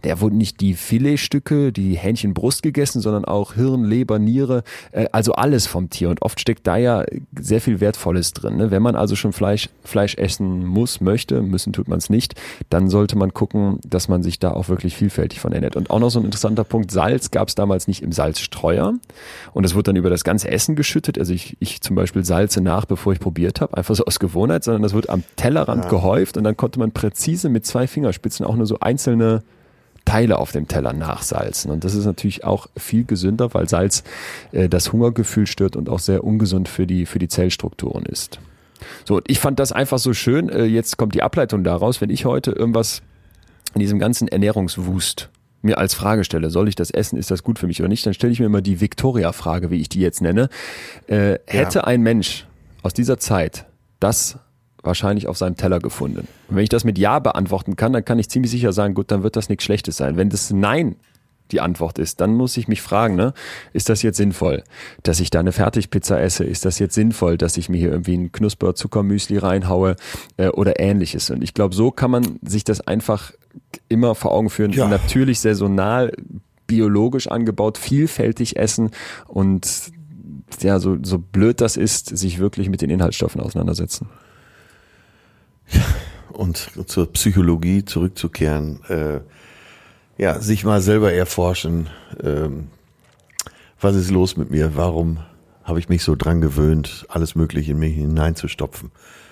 der wurden nicht die Filetstücke, die Hähnchenbrust gegessen, sondern auch Hirn, Leber, Niere, äh, also alles vom Tier. Und oft steckt da ja sehr viel Wertvolles drin. Ne? Wenn man also schon Fleisch, Fleisch essen muss, möchte, müssen tut man es nicht, dann sollte man gucken, dass man sich da auch wirklich vielfältig von ernährt. Und auch noch so ein interessanter Punkt, Salz gab es damals nicht im Salzstreuer und es wurde dann über das ganze Essen geschüttet. Also ich, ich zum Beispiel salze nach, bevor ich probiert habe, einfach so aus Gewohnheit, sondern das wird am Tellerrand ja. gehäuft und dann konnte man präzise mit zwei Fingerspitzen auch nur so einzelne Teile auf dem Teller nachsalzen. Und das ist natürlich auch viel gesünder, weil Salz äh, das Hungergefühl stört und auch sehr ungesund für die, für die Zellstrukturen ist. So, ich fand das einfach so schön. Äh, jetzt kommt die Ableitung daraus, wenn ich heute irgendwas in diesem ganzen Ernährungswust mir als Frage stelle, soll ich das essen, ist das gut für mich oder nicht, dann stelle ich mir immer die Victoria-Frage, wie ich die jetzt nenne. Äh, hätte ja. ein Mensch aus dieser Zeit das wahrscheinlich auf seinem Teller gefunden. Und wenn ich das mit Ja beantworten kann, dann kann ich ziemlich sicher sagen, gut, dann wird das nichts Schlechtes sein. Wenn das Nein die Antwort ist, dann muss ich mich fragen, ne, ist das jetzt sinnvoll, dass ich da eine Fertigpizza esse? Ist das jetzt sinnvoll, dass ich mir hier irgendwie ein Knusper-Zuckermüsli reinhaue äh, oder ähnliches? Und ich glaube, so kann man sich das einfach immer vor Augen führen. Ja. Natürlich, saisonal, biologisch angebaut, vielfältig essen und ja, so, so blöd das ist, sich wirklich mit den Inhaltsstoffen auseinandersetzen. Und zur Psychologie zurückzukehren, äh, ja, sich mal selber erforschen, ähm, was ist los mit mir, warum habe ich mich so dran gewöhnt, alles Mögliche in mich hineinzustopfen.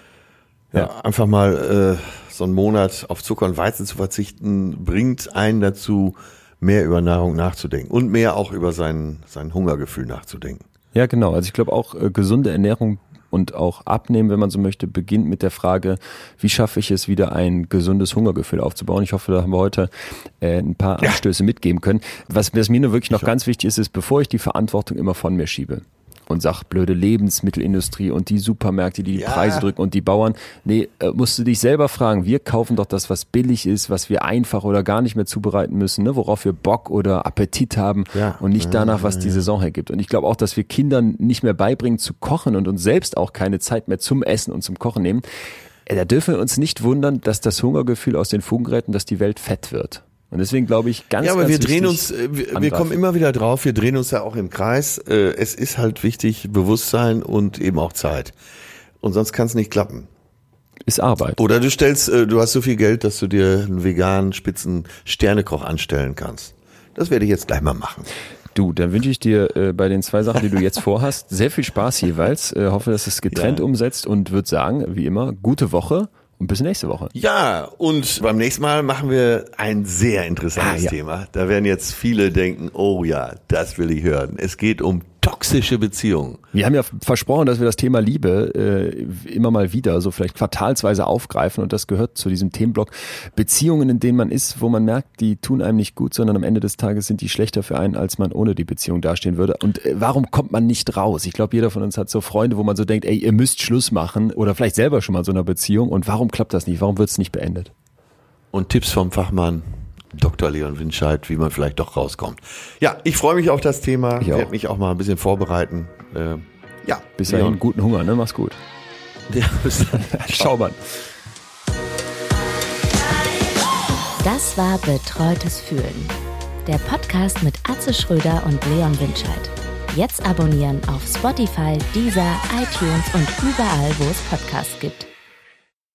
Ja, ja. Einfach mal äh, so einen Monat auf Zucker und Weizen zu verzichten, bringt einen dazu, mehr über Nahrung nachzudenken und mehr auch über sein, sein Hungergefühl nachzudenken. Ja, genau. Also ich glaube auch äh, gesunde Ernährung und auch Abnehmen, wenn man so möchte, beginnt mit der Frage, wie schaffe ich es wieder, ein gesundes Hungergefühl aufzubauen. Ich hoffe, da haben wir heute äh, ein paar ja. Anstöße mitgeben können. Was, was mir nur wirklich noch ich ganz wichtig ist, ist, bevor ich die Verantwortung immer von mir schiebe und sag, blöde Lebensmittelindustrie und die Supermärkte, die die ja. Preise drücken und die Bauern. Nee, äh, musst du dich selber fragen, wir kaufen doch das, was billig ist, was wir einfach oder gar nicht mehr zubereiten müssen, ne, worauf wir Bock oder Appetit haben ja. und nicht danach, was die Saison hergibt. Und ich glaube auch, dass wir Kindern nicht mehr beibringen zu kochen und uns selbst auch keine Zeit mehr zum Essen und zum Kochen nehmen. Äh, da dürfen wir uns nicht wundern, dass das Hungergefühl aus den Fugen gerät und dass die Welt fett wird. Und deswegen glaube ich ganz, ja, aber ganz wir drehen uns, wir, wir kommen immer wieder drauf, wir drehen uns ja auch im Kreis. Es ist halt wichtig, Bewusstsein und eben auch Zeit. Und sonst kann es nicht klappen. Ist Arbeit. Oder du stellst, du hast so viel Geld, dass du dir einen veganen Spitzen-Sternekoch anstellen kannst. Das werde ich jetzt gleich mal machen. Du, dann wünsche ich dir äh, bei den zwei Sachen, die du jetzt vorhast, sehr viel Spaß jeweils. Äh, hoffe, dass es getrennt ja. umsetzt und würde sagen, wie immer, gute Woche. Und bis nächste Woche. Ja, und beim nächsten Mal machen wir ein sehr interessantes ah, ja. Thema. Da werden jetzt viele denken, oh ja, das will ich hören. Es geht um toxische Beziehungen. Wir haben ja versprochen, dass wir das Thema Liebe äh, immer mal wieder so vielleicht quartalsweise aufgreifen und das gehört zu diesem Themenblock Beziehungen, in denen man ist, wo man merkt, die tun einem nicht gut, sondern am Ende des Tages sind die schlechter für einen, als man ohne die Beziehung dastehen würde. Und äh, warum kommt man nicht raus? Ich glaube, jeder von uns hat so Freunde, wo man so denkt, ey, ihr müsst Schluss machen oder vielleicht selber schon mal in so einer Beziehung und warum klappt das nicht? Warum wird es nicht beendet? Und Tipps vom Fachmann Doktor Leon Winscheid, wie man vielleicht doch rauskommt. Ja, ich freue mich auf das Thema. Ich werde mich auch mal ein bisschen vorbereiten. Äh, ja, bis dahin, guten Hunger, ne? Mach's gut. Ja, bis dann. Schau mal. Das war Betreutes Fühlen. Der Podcast mit Atze Schröder und Leon Winscheid. Jetzt abonnieren auf Spotify, Deezer, iTunes und überall, wo es Podcasts gibt.